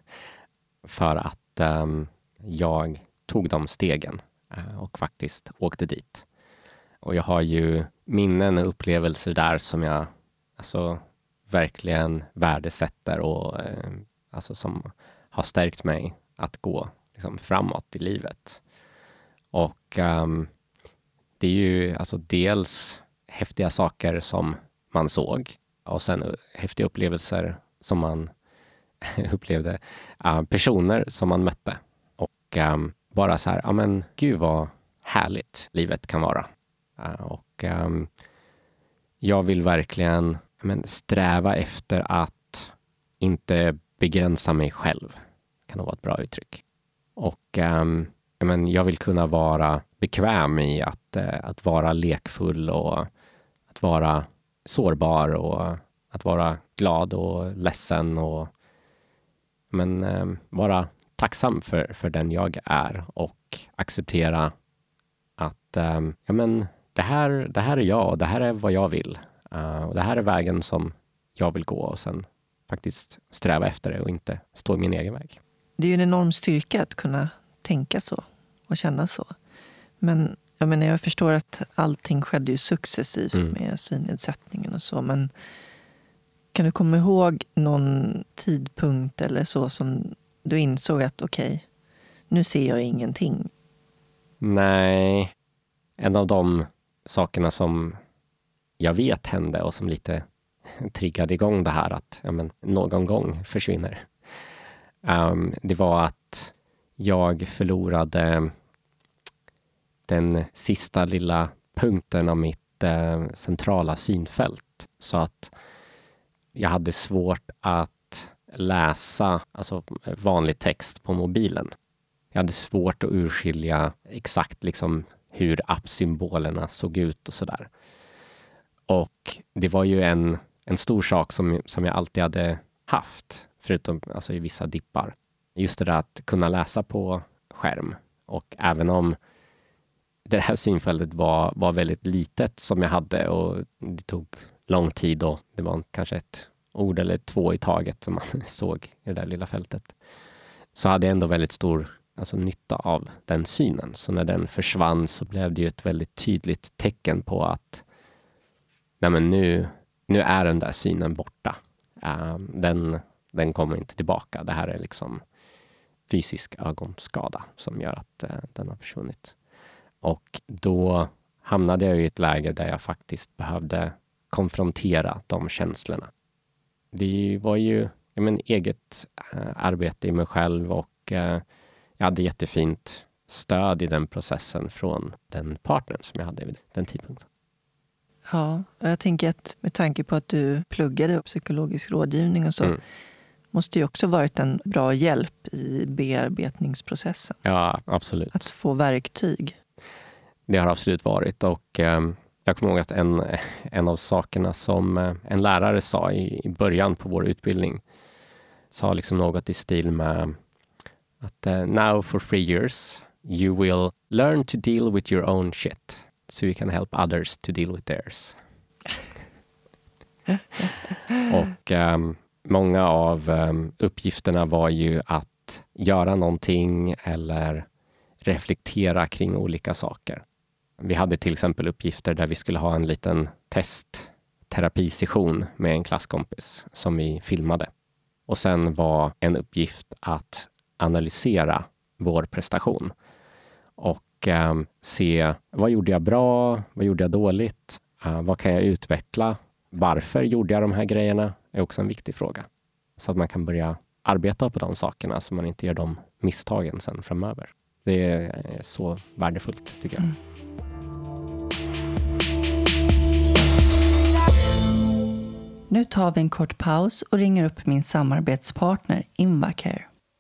[SPEAKER 2] för att um, jag tog de stegen uh, och faktiskt åkte dit. Och jag har ju minnen och upplevelser där som jag alltså, verkligen värdesätter och uh, alltså, som har stärkt mig att gå liksom, framåt i livet. Och um, det är ju alltså, dels häftiga saker som man såg. Och sen häftiga upplevelser som man upplevde. Uh, personer som man mötte. Och um, bara så här, ja men gud vad härligt livet kan vara. Uh, och um, jag vill verkligen men, sträva efter att inte begränsa mig själv. Kan nog vara ett bra uttryck. Och um, men, jag vill kunna vara bekväm i att, uh, att vara lekfull och att vara sårbar och att vara glad och ledsen och men eh, vara tacksam för, för den jag är och acceptera att eh, ja, men det, här, det här är jag och det här är vad jag vill uh, och det här är vägen som jag vill gå och sen faktiskt sträva efter det och inte stå i min egen väg.
[SPEAKER 1] Det är ju en enorm styrka att kunna tänka så och känna så. Men jag menar, jag förstår att allting skedde ju successivt mm. med synnedsättningen och så, men kan du komma ihåg någon tidpunkt eller så som du insåg att okej, okay, nu ser jag ingenting?
[SPEAKER 2] Nej, en av de sakerna som jag vet hände och som lite triggade igång det här att ja, men, någon gång försvinner. Um, det var att jag förlorade den sista lilla punkten av mitt eh, centrala synfält. Så att jag hade svårt att läsa alltså vanlig text på mobilen. Jag hade svårt att urskilja exakt liksom hur appsymbolerna såg ut och sådär. Och det var ju en, en stor sak som, som jag alltid hade haft, förutom alltså, i vissa dippar. Just det där att kunna läsa på skärm. Och även om det här synfältet var, var väldigt litet som jag hade och det tog lång tid och det var kanske ett ord eller två i taget som man såg i det där lilla fältet. Så hade jag ändå väldigt stor alltså, nytta av den synen. Så när den försvann så blev det ju ett väldigt tydligt tecken på att nej men nu, nu är den där synen borta. Uh, den, den kommer inte tillbaka. Det här är liksom fysisk ögonskada som gör att uh, den har försvunnit. Och då hamnade jag i ett läge där jag faktiskt behövde konfrontera de känslorna. Det var ju jag men, eget äh, arbete i mig själv och äh, jag hade jättefint stöd i den processen från den partnern som jag hade vid den tidpunkten.
[SPEAKER 1] Ja, och jag tänker att med tanke på att du pluggade psykologisk rådgivning och så mm. måste ju också varit en bra hjälp i bearbetningsprocessen.
[SPEAKER 2] Ja, absolut.
[SPEAKER 1] Att få verktyg.
[SPEAKER 2] Det har absolut varit, och eh, jag kommer ihåg att en, en av sakerna som eh, en lärare sa i, i början på vår utbildning sa liksom något i stil med att uh, now for three years you will learn to deal with your own shit so you can help others to deal with theirs. Och um, många av um, uppgifterna var ju att göra någonting eller reflektera kring olika saker. Vi hade till exempel uppgifter där vi skulle ha en liten testterapisession med en klasskompis som vi filmade. Och sen var en uppgift att analysera vår prestation och eh, se vad gjorde jag bra, vad gjorde jag dåligt, eh, vad kan jag utveckla, varför gjorde jag de här grejerna är också en viktig fråga. Så att man kan börja arbeta på de sakerna så man inte gör de misstagen sen framöver. Det är så värdefullt tycker jag. Mm.
[SPEAKER 1] Nu tar vi en kort paus och ringer upp min samarbetspartner Invacare.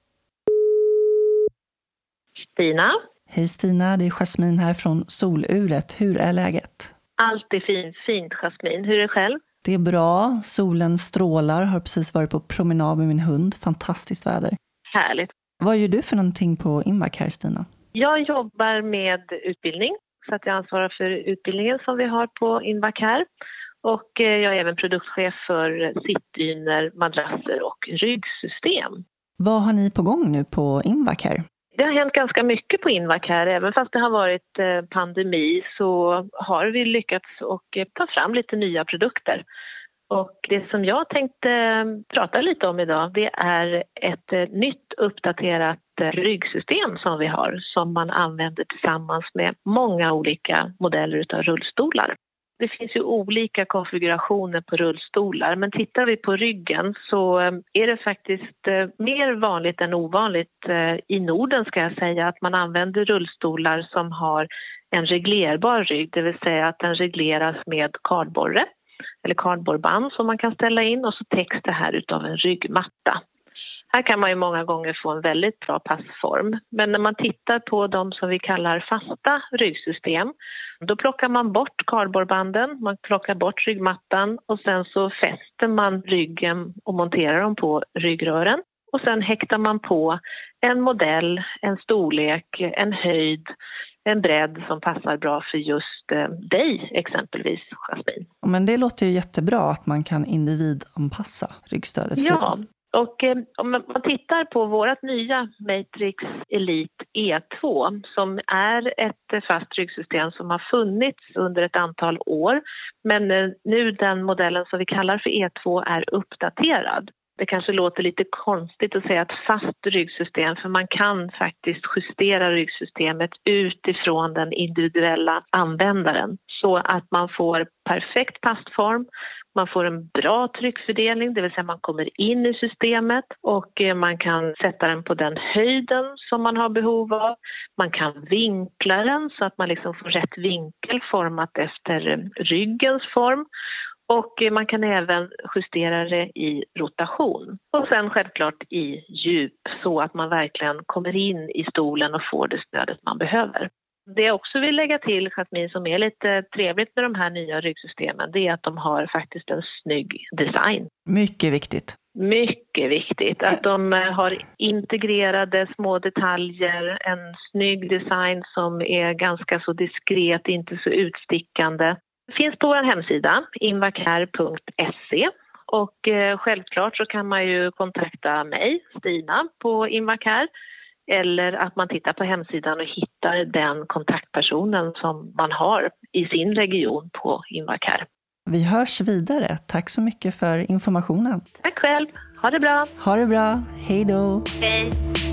[SPEAKER 3] Stina.
[SPEAKER 1] Hej Stina, det är Jasmin här från Soluret. Hur är läget?
[SPEAKER 3] Allt är fint, fint Jasmin. Hur är det själv?
[SPEAKER 1] Det är bra, solen strålar, har precis varit på promenad med min hund. Fantastiskt väder.
[SPEAKER 3] Härligt.
[SPEAKER 1] Vad gör du för någonting på Invacare, Stina?
[SPEAKER 3] Jag jobbar med utbildning, så att jag ansvarar för utbildningen som vi har på Invacare. Och jag är även produktchef för sittdyner, madrasser och ryggsystem.
[SPEAKER 1] Vad har ni på gång nu på Invacare?
[SPEAKER 3] Det har hänt ganska mycket på Invacare. Även fast det har varit pandemi så har vi lyckats och ta fram lite nya produkter. Och det som jag tänkte prata lite om idag, det är ett nytt uppdaterat ryggsystem som vi har, som man använder tillsammans med många olika modeller av rullstolar. Det finns ju olika konfigurationer på rullstolar, men tittar vi på ryggen så är det faktiskt mer vanligt än ovanligt i Norden, ska jag säga, att man använder rullstolar som har en reglerbar rygg, det vill säga att den regleras med kardborre eller kardborreband som man kan ställa in, och så täcks det här utav en ryggmatta. Här kan man ju många gånger få en väldigt bra passform. Men när man tittar på de som vi kallar fasta ryggsystem, då plockar man bort kardborrebanden, man plockar bort ryggmattan och sen så fäster man ryggen och monterar dem på ryggrören. Och sen häktar man på en modell, en storlek, en höjd, en bredd som passar bra för just dig exempelvis, Jasmin.
[SPEAKER 1] Men det låter ju jättebra att man kan individanpassa ryggstödet.
[SPEAKER 3] Ja. Och eh, om man tittar på vårt nya Matrix Elite E två som är ett fast ryggsystem som har funnits under ett antal år. Men eh, nu den modellen som vi kallar för E två är uppdaterad. Det kanske låter lite konstigt att säga ett fast ryggsystem, för man kan faktiskt justera ryggsystemet utifrån den individuella användaren så att man får perfekt passform, man får en bra tryckfördelning, det vill säga man kommer in i systemet och man kan sätta den på den höjden som man har behov av. Man kan vinkla den så att man liksom får rätt vinkel format efter ryggens form. Och man kan även justera det i rotation. Och sen självklart i djup så att man verkligen kommer in i stolen och får det stödet man behöver. Det jag också vill lägga till, Jasmin, som är lite trevligt med de här nya ryggsystemen, det är att de har faktiskt en snygg design.
[SPEAKER 1] Mycket viktigt.
[SPEAKER 3] Mycket viktigt. Att de har integrerade små detaljer, en snygg design som är ganska så diskret, inte så utstickande. Det finns på vår hemsida invacare punkt se och eh, självklart så kan man ju kontakta mig, Stina, på Invacare, eller att man tittar på hemsidan och hittar den kontaktpersonen som man har i sin region på Invacare.
[SPEAKER 1] Vi hörs vidare. Tack så mycket för informationen.
[SPEAKER 3] Tack själv. Ha det bra.
[SPEAKER 1] Ha det bra. Hej då.
[SPEAKER 3] Hej.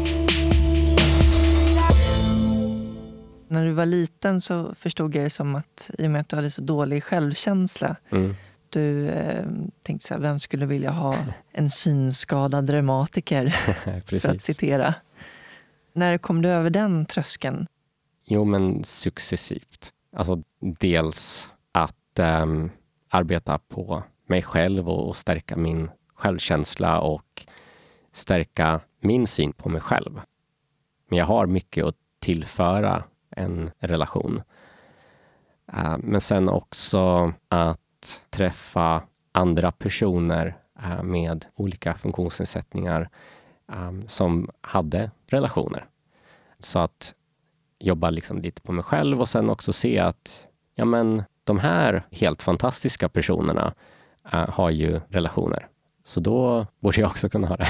[SPEAKER 1] När du var liten så förstod jag det som att i och med att du hade så dålig självkänsla, mm. du eh, tänkte så här, vem skulle vilja ha en synskadad reumatiker för att citera. När kom du över den tröskeln?
[SPEAKER 2] Jo, men successivt. Alltså dels att um, arbeta på mig själv och stärka min självkänsla och stärka min syn på mig själv. Men jag har mycket att tillföra en relation. Uh, men sen också att träffa andra personer uh, med olika funktionsnedsättningar um, som hade relationer. Så att jobba liksom lite på mig själv och sen också se att ja, men, de här helt fantastiska personerna uh, har ju relationer. Så då borde jag också kunna ha det.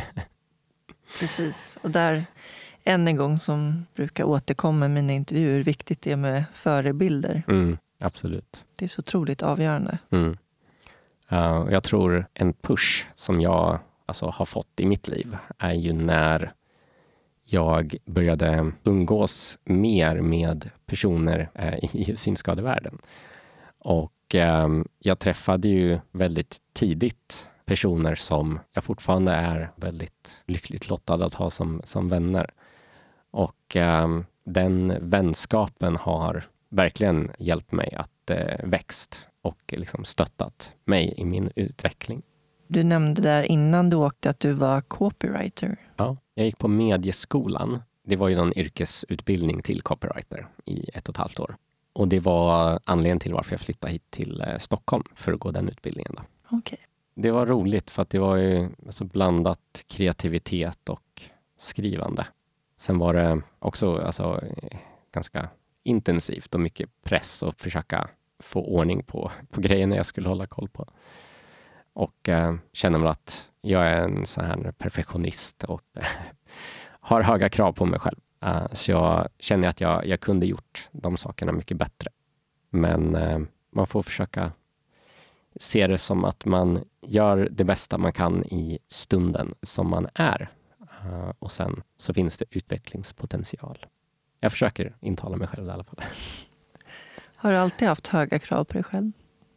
[SPEAKER 1] Precis. Och där, än en gång som brukar återkomma i mina intervjuer, hur viktigt det är med förebilder.
[SPEAKER 2] Mm, absolut.
[SPEAKER 1] Det är så otroligt avgörande.
[SPEAKER 2] Mm. Uh, jag tror en push som jag alltså, har fått i mitt liv är ju när jag började umgås mer med personer uh, i synskadevärlden. Och uh, jag träffade ju väldigt tidigt personer som jag fortfarande är väldigt lyckligt lottad att ha som, som vänner. Och uh, den vänskapen har verkligen hjälpt mig att uh, växt och liksom stöttat mig i min utveckling.
[SPEAKER 1] Du nämnde där innan du åkte att du var copywriter.
[SPEAKER 2] Ja, jag gick på medieskolan. Det var ju någon yrkesutbildning till copywriter i ett och ett halvt år. Och det var anledningen till varför jag flyttade hit till eh, Stockholm för att gå den utbildningen. Då.
[SPEAKER 1] Okay.
[SPEAKER 2] Det var roligt för att det var ju alltså blandat kreativitet och skrivande. Sen var det också alltså, ganska intensivt och mycket press att försöka få ordning på, på grejerna jag skulle hålla koll på. Och eh, känner väl att jag är en sån här perfektionist och har höga krav på mig själv. Uh, så jag känner att jag, jag kunde gjort de sakerna mycket bättre. Men uh, man får försöka se det som att man gör det bästa man kan i stunden som man är. Uh, och sen så finns det utvecklingspotential. Jag försöker intala mig själv i alla fall.
[SPEAKER 1] Har du alltid haft höga krav på dig själv?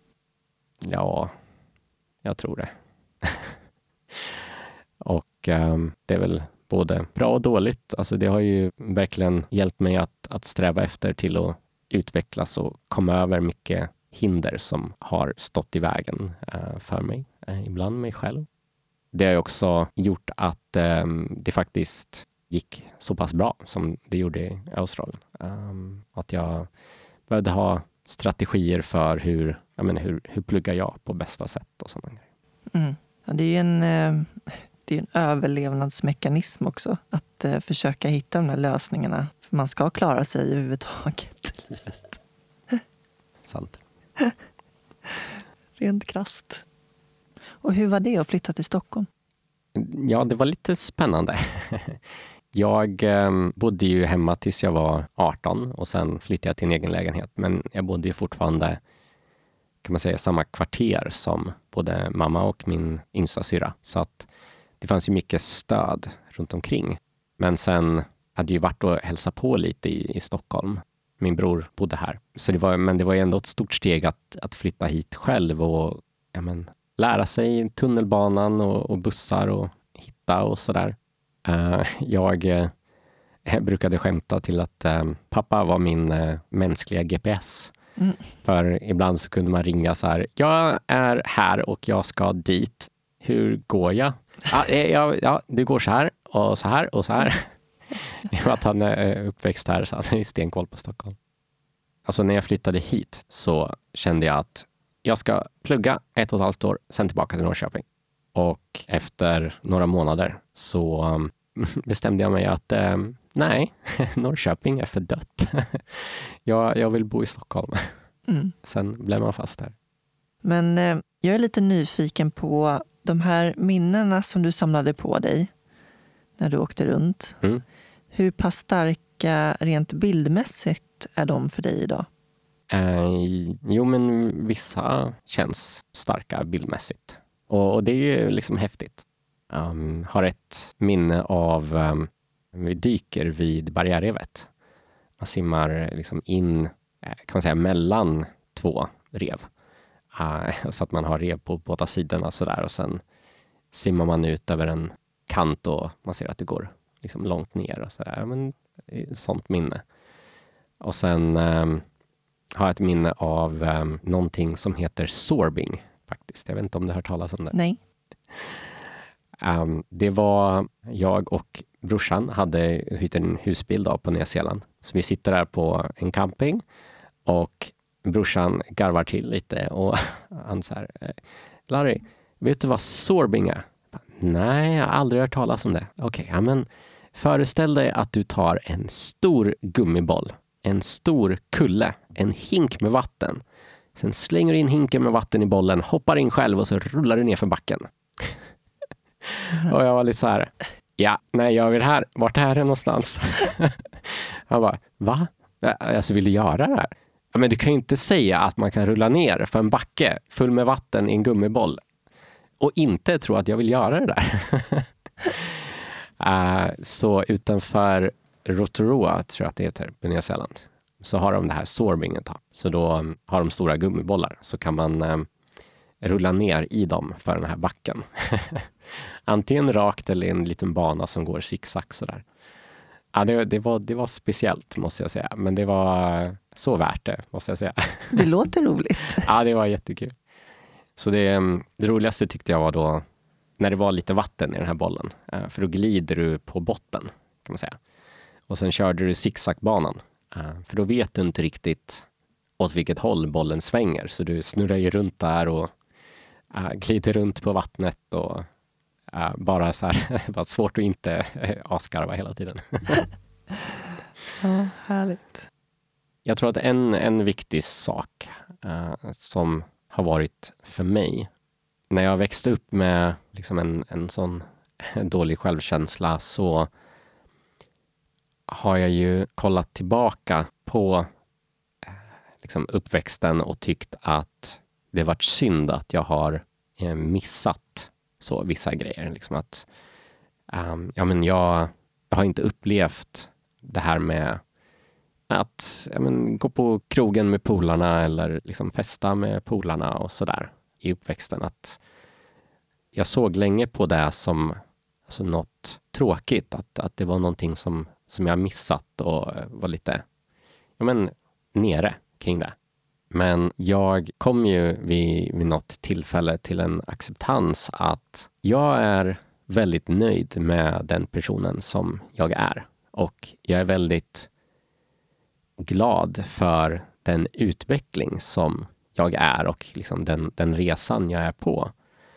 [SPEAKER 2] Ja, jag tror det. och um, det är väl både bra och dåligt. Alltså det har ju verkligen hjälpt mig att, att sträva efter till att utvecklas och komma över mycket hinder som har stått i vägen uh, för mig. Uh, ibland mig själv. Det har ju också gjort att um, det faktiskt gick så pass bra som det gjorde i Australien. Um, att jag behövde ha strategier för hur, jag menar, hur, hur pluggar jag på bästa sätt och sådana grejer.
[SPEAKER 1] Mm. Ja, det är ju en, eh, det är en överlevnadsmekanism också. Att eh, försöka hitta de här lösningarna. För man ska klara sig överhuvudtaget i livet.
[SPEAKER 2] Sant.
[SPEAKER 1] Rent krasst. Och hur var det att flytta till Stockholm?
[SPEAKER 2] Ja, det var lite spännande. Jag eh, bodde ju hemma tills jag var arton och sen flyttade jag till en egen lägenhet. Men jag bodde ju fortfarande, kan man säga, samma kvarter som både mamma och min yngsta syra. Så att det fanns ju mycket stöd runt omkring. Men sen hade ju varit och hälsa på lite i, i Stockholm. Min bror bodde här. Så det var, men det var ju ändå ett stort steg att, att flytta hit själv och ja, men, lära sig tunnelbanan och, och bussar och hitta och sådär. Uh, jag uh, brukade skämta till att uh, pappa var min uh, mänskliga G P S. Mm. För ibland så kunde man ringa så här: jag är här och jag ska dit. Hur går jag? Ja, ja, ja du går så här och så här och så här. I att han är uppväxt här så han är stenkoll på Stockholm. Alltså när jag flyttade hit så kände jag att jag ska plugga ett och ett halvt år, sen tillbaka till Norrköping. Och efter några månader så um, bestämde jag mig att um, nej, Norrköping är för dött. jag, jag vill bo i Stockholm. Mm. Sen blev man fast där.
[SPEAKER 1] Men eh, jag är lite nyfiken på de här minnena som du samlade på dig när du åkte runt. Mm. Hur pass starka rent bildmässigt är de för dig idag?
[SPEAKER 2] Eh, jo, men vissa känns starka bildmässigt. Och, och det är ju liksom häftigt. Um, har ett minne av um, vi dyker vid barriärrevet. Man simmar liksom in, kan man säga, mellan två rev. Uh, så att man har rev på båda sidorna sådär. Och sen simmar man ut över en kant och man ser att det går liksom långt ner och sådär. Men sånt minne. Och sen um, har jag ett minne av um, någonting som heter sorbing faktiskt. Jag vet inte om du har hört talas om det.
[SPEAKER 1] Nej.
[SPEAKER 2] Um, det var jag och brorsan hade hyrt en husbil då på Nya Zeeland. Så vi sitter där på en camping och brorsan garvar till lite och han så här, Larry, vet du vad sorbing är? Nej, jag har aldrig hört talas om det. Okej, okay, ja men föreställ dig att du tar en stor gummiboll, en stor kulle, en hink med vatten. Sen slänger du in hinken med vatten i bollen, hoppar in själv och så rullar du ner för backen. Och jag var lite så här, ja, nej, jag vill här. Vart är det någonstans? Jag bara, va? Alltså, vill du göra det här? Ja, men du kan ju inte säga att man kan rulla ner för en backe full med vatten i en gummiboll och inte tro att jag vill göra det där. uh, så utanför Rotorua, tror jag att det heter, på Nya Zeeland, så har de det här sorbingen. Så då um, har de stora gummibollar, så kan man um, rulla ner i dem för den här backen. Antingen rakt eller en liten bana som går zigzag sådär. Ja, det, det, var, det var speciellt, måste jag säga. Men det var så värt det, måste jag säga.
[SPEAKER 1] Det låter roligt.
[SPEAKER 2] Ja, det var jättekul. Så det, det roligaste tyckte jag var då när det var lite vatten i den här bollen. För då glider du på botten, kan man säga. Och sen körde du zigzagbanan. För då vet du inte riktigt åt vilket håll bollen svänger. Så du snurrar ju runt där och uh, glider runt på vattnet och uh, bara så här, det var svårt att inte uh, askarva hela tiden.
[SPEAKER 1] Ja, härligt.
[SPEAKER 2] Jag tror att en, en viktig sak uh, som har varit för mig, när jag växte upp med liksom en, en sån dålig självkänsla, så har jag ju kollat tillbaka på eh, liksom uppväxten och tyckt att det varit synd att jag har eh, missat så vissa grejer. Liksom att um, ja, men jag, jag har inte upplevt det här med att ja, men, gå på krogen med polarna eller liksom festa med polarna och sådär i uppväxten. Att jag såg länge på det som alltså, något tråkigt. Att, att det var någonting som, som jag missat och var lite ja, men, nere kring det. Men jag kom ju vid, vid något tillfälle till en acceptans att jag är väldigt nöjd med den personen som jag är. Och jag är väldigt glad för den utveckling som jag är och liksom den, den resan jag är på.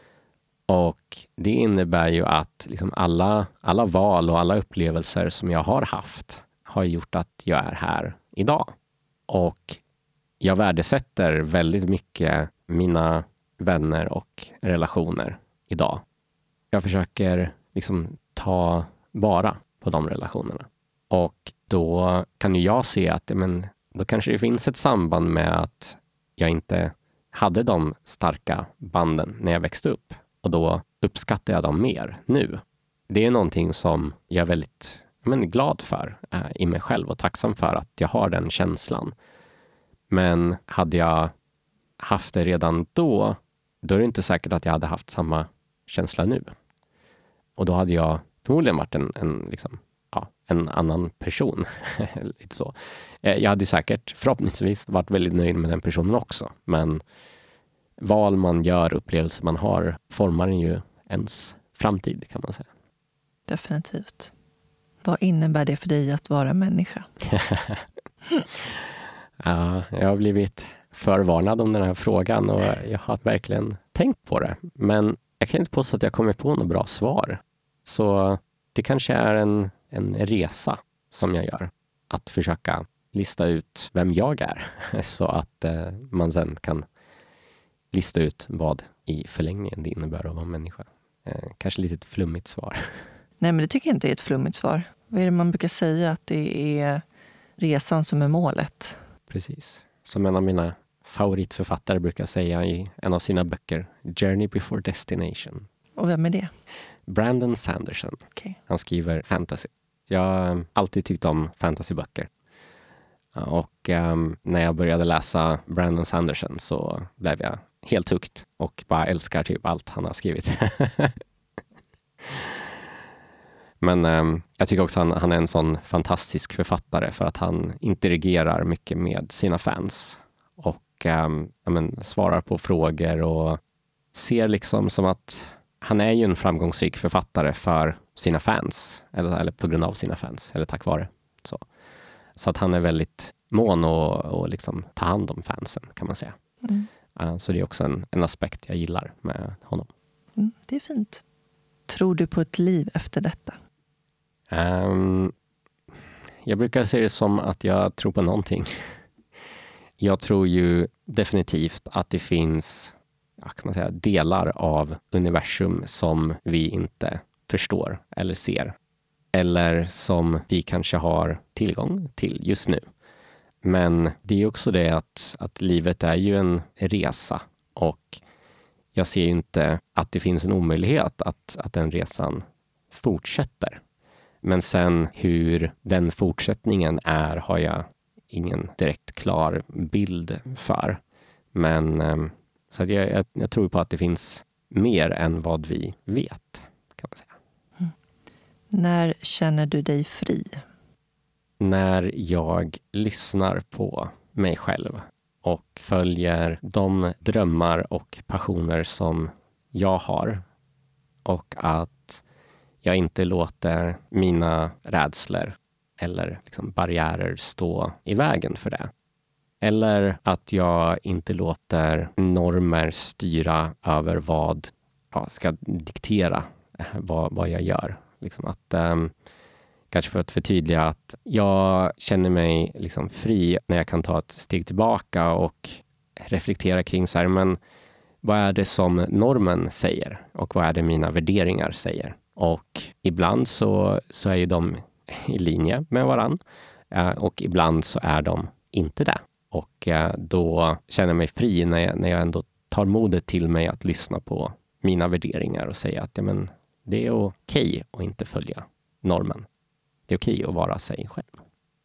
[SPEAKER 2] Och det innebär ju att liksom alla, alla val och alla upplevelser som jag har haft har gjort att jag är här idag. Och jag värdesätter väldigt mycket mina vänner och relationer idag. Jag försöker liksom ta vara på de relationerna. Och då kan ju jag se att men, då kanske det finns ett samband med att jag inte hade de starka banden när jag växte upp. Och då uppskattar jag dem mer nu. Det är någonting som jag är väldigt men, glad för äh, i mig själv och tacksam för att jag har den känslan. Men hade jag haft det redan då, då är det inte säkert att jag hade haft samma känsla nu. Och då hade jag förmodligen varit en, en, liksom, ja, en annan person. Lite så. Jag hade säkert förhoppningsvis varit väldigt nöjd med den personen också. Men val man gör, upplevelser man har, formar ju ens framtid, kan man säga.
[SPEAKER 1] Definitivt. Vad innebär det för dig att vara människa?
[SPEAKER 2] Ja, jag har blivit förvarnad om den här frågan och jag har verkligen tänkt på det. Men jag kan inte påstå att jag kommer på något bra svar. Så det kanske är en, en resa som jag gör. Att försöka lista ut vem jag är. Så att eh, man sen kan lista ut vad i förlängningen det innebär att vara människa. Eh, kanske lite ett flummigt svar.
[SPEAKER 1] Nej, men det tycker jag inte är ett flummigt svar. Vad är det man brukar säga? Att det är resan som är målet.
[SPEAKER 2] Precis. Som en av mina favoritförfattare brukar säga i en av sina böcker, Journey before destination.
[SPEAKER 1] Och vem är det?
[SPEAKER 2] Brandon Sanderson.
[SPEAKER 1] Okay.
[SPEAKER 2] Han skriver fantasy. Jag har alltid tyckt om fantasyböcker. Och um, när jag började läsa Brandon Sanderson så blev jag helt hooked och bara älskar typ allt han har skrivit. Men eh, jag tycker också han, han är en sån fantastisk författare för att han interagerar mycket med sina fans och eh, ja, men, svarar på frågor och ser liksom som att han är ju en framgångsrik författare för sina fans, eller, eller på grund av sina fans, eller tack vare. Så, så att han är väldigt mån och, och liksom ta hand om fansen, kan man säga. Mm. Uh, så det är också en, en aspekt jag gillar med honom.
[SPEAKER 1] Mm, det är fint. Tror du på ett liv efter detta?
[SPEAKER 2] Um, jag brukar se det som att jag tror på någonting. Jag tror ju definitivt att det finns, ja, kan man säga, delar av universum som vi inte förstår eller ser. Eller som vi kanske har tillgång till just nu. Men det är också det att, att livet är ju en resa. Och jag ser ju inte att det finns en omöjlighet att, att den resan fortsätter. Men sen hur den fortsättningen är har jag ingen direkt klar bild för. Men så att jag, jag, jag tror på att det finns mer än vad vi vet, kan man säga.
[SPEAKER 1] Mm. När känner du dig fri?
[SPEAKER 2] När jag lyssnar på mig själv och följer de drömmar och passioner som jag har. Och att jag inte låter mina rädslor eller liksom barriärer stå i vägen för det. Eller att jag inte låter normer styra över vad ja, ska diktera vad, vad jag gör. Liksom att, um, kanske för att förtydliga att jag känner mig liksom fri när jag kan ta ett steg tillbaka och reflektera kring så här, men vad är det som normen säger och vad är det mina värderingar säger? Och ibland så, så är ju de i linje med varann och ibland så är de inte det. Och då känner jag mig fri när jag, när jag ändå tar modet till mig att lyssna på mina värderingar och säga att ja, men det är okej att inte följa normen. Det är okej att vara sig själv.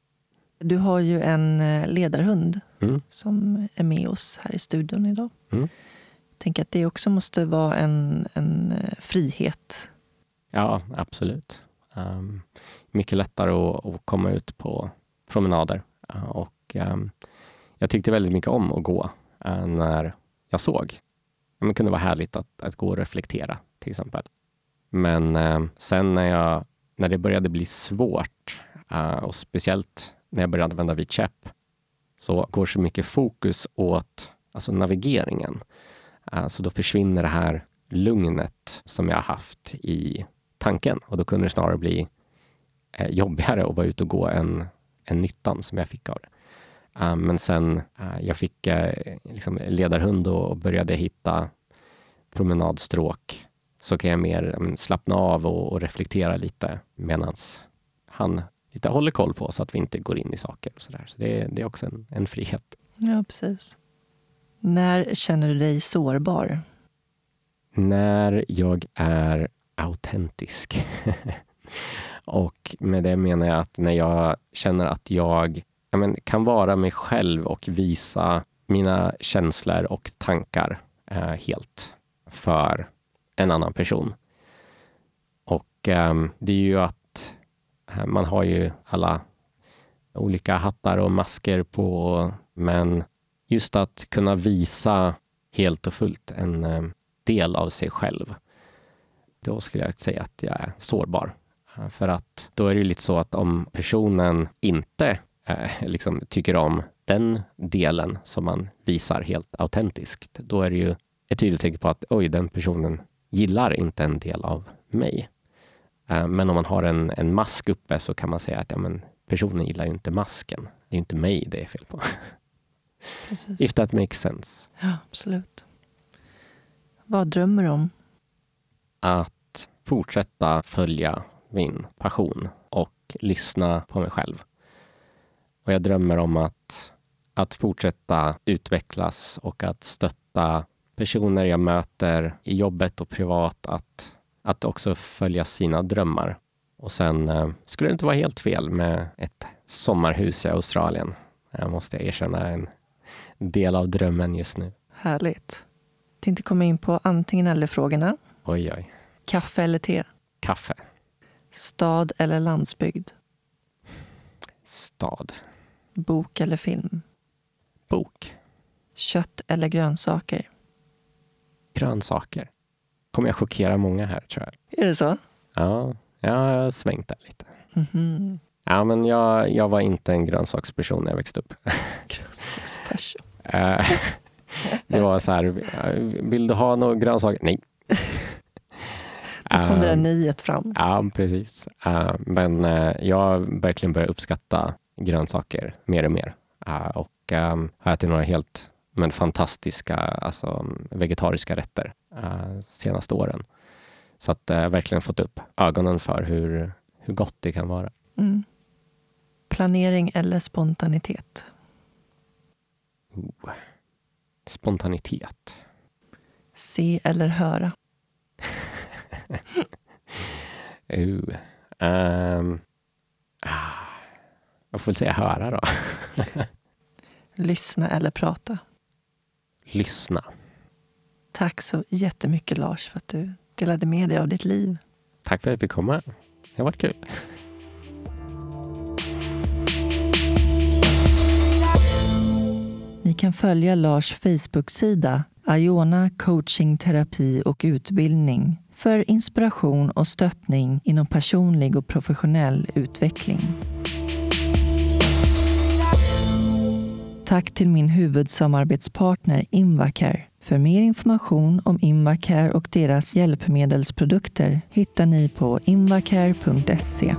[SPEAKER 1] Du har ju en ledarhund
[SPEAKER 2] mm.
[SPEAKER 1] som är med oss här i studion idag.
[SPEAKER 2] Mm.
[SPEAKER 1] Jag tänker att det också måste vara en, en frihet.
[SPEAKER 2] Ja, absolut. Um, mycket lättare att, att komma ut på promenader. Uh, och um, jag tyckte väldigt mycket om att gå uh, när jag såg. Det kunde vara härligt att, att gå och reflektera till exempel. Men uh, sen när, jag, när det började bli svårt uh, och speciellt när jag började använda vit käpp så går så mycket fokus åt alltså navigeringen. Uh, så då försvinner det här lugnet som jag har haft i tanken. Och då kunde det snarare bli eh, jobbigare att vara ute och gå än, än nyttan som jag fick av det. Uh, men sen uh, jag fick uh, liksom ledarhund och, och började hitta promenadstråk så kan jag mer um, slappna av och, och reflektera lite medan han lite håller koll på så att vi inte går in i saker och sådär. Så det, det är också en, en frihet.
[SPEAKER 1] Ja, precis. När känner du dig sårbar?
[SPEAKER 2] När jag är autentisk. Och med det menar jag att när jag känner att jag, jag men, kan vara mig själv och visa mina känslor och tankar eh, helt för en annan person. Och eh, det är ju att eh, man har ju alla olika hattar och masker på, men just att kunna visa helt och fullt en eh, del av sig själv. Då skulle jag säga att jag är sårbar. För att då är det ju lite så att om personen inte eh, liksom tycker om den delen som man visar helt autentiskt, då är det ju ett tydligt tecken på att oj, den personen gillar inte en del av mig. Eh, men om man har en, en mask uppe så kan man säga att ja, men personen gillar ju inte masken. Det är ju inte mig det är fel på.
[SPEAKER 1] Precis.
[SPEAKER 2] If that makes sense.
[SPEAKER 1] Ja, absolut. Vad drömmer du om?
[SPEAKER 2] Att fortsätta följa min passion och lyssna på mig själv. Och jag drömmer om att, att fortsätta utvecklas och att stötta personer jag möter i jobbet och privat att, att också följa sina drömmar. Och sen eh, skulle det inte vara helt fel med ett sommarhus i Australien. Jag måste erkänna en del av drömmen just nu.
[SPEAKER 1] Härligt. Jag tänkte komma in på antingen eller frågorna.
[SPEAKER 2] Oj, oj.
[SPEAKER 1] Kaffe eller te?
[SPEAKER 2] Kaffe.
[SPEAKER 1] Stad eller landsbygd?
[SPEAKER 2] Stad.
[SPEAKER 1] Bok eller film?
[SPEAKER 2] Bok.
[SPEAKER 1] Kött eller grönsaker?
[SPEAKER 2] Grönsaker. Kommer jag chockera många här, tror jag.
[SPEAKER 1] Är det så?
[SPEAKER 2] Ja, jag har svängt där lite.
[SPEAKER 1] Mm-hmm.
[SPEAKER 2] Ja, men jag, jag var inte en grönsaksperson när jag växte upp.
[SPEAKER 1] Grönsaksperson.
[SPEAKER 2] Det var så här, vill du ha några grönsaker? Nej.
[SPEAKER 1] Då kom det där niet fram.
[SPEAKER 2] Ja, precis. Men jag har verkligen börjat uppskatta grönsaker mer och mer. Och har ätit några helt men fantastiska alltså, vegetariska rätter senaste åren. Så att jag verkligen fått upp ögonen för hur, hur gott det kan vara.
[SPEAKER 1] Mm. Planering eller spontanitet?
[SPEAKER 2] Oh. Spontanitet.
[SPEAKER 1] Se eller höra?
[SPEAKER 2] uh. um. Jag får väl säga höra då.
[SPEAKER 1] Lyssna eller prata?
[SPEAKER 2] Lyssna.
[SPEAKER 1] Tack så jättemycket, Lars, för att du delade med dig av ditt liv.
[SPEAKER 2] Tack för att jag fick komma. Det har varit kul.
[SPEAKER 1] Ni kan följa Lars Facebook-sida Iona Coaching, Terapi och Utbildning för inspiration och stöttning inom personlig och professionell utveckling. Tack till min huvudsamarbetspartner Invacare. För mer information om Invacare och deras hjälpmedelsprodukter hittar ni på invacare punkt se.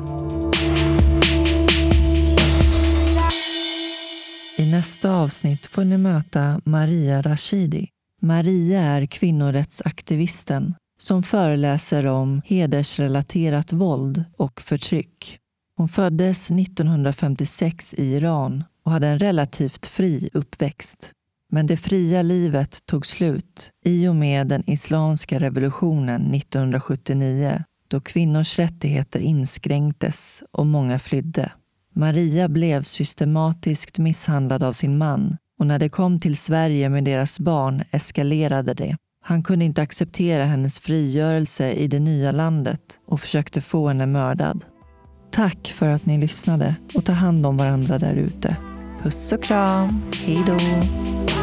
[SPEAKER 1] I nästa avsnitt får ni möta Maria Rashidi. Maria är kvinnorättsaktivisten som föreläser om hedersrelaterat våld och förtryck. Hon föddes nittonhundrafemtiosex i Iran och hade en relativt fri uppväxt. Men det fria livet tog slut i och med den islamska revolutionen nittonhundrasjuttionio då kvinnors rättigheter inskränktes och många flydde. Maria blev systematiskt misshandlad av sin man och när det kom till Sverige med deras barn eskalerade det. Han kunde inte acceptera hennes frigörelse i det nya landet och försökte få henne mördad. Tack för att ni lyssnade och ta hand om varandra där ute. Puss och kram. Hej då!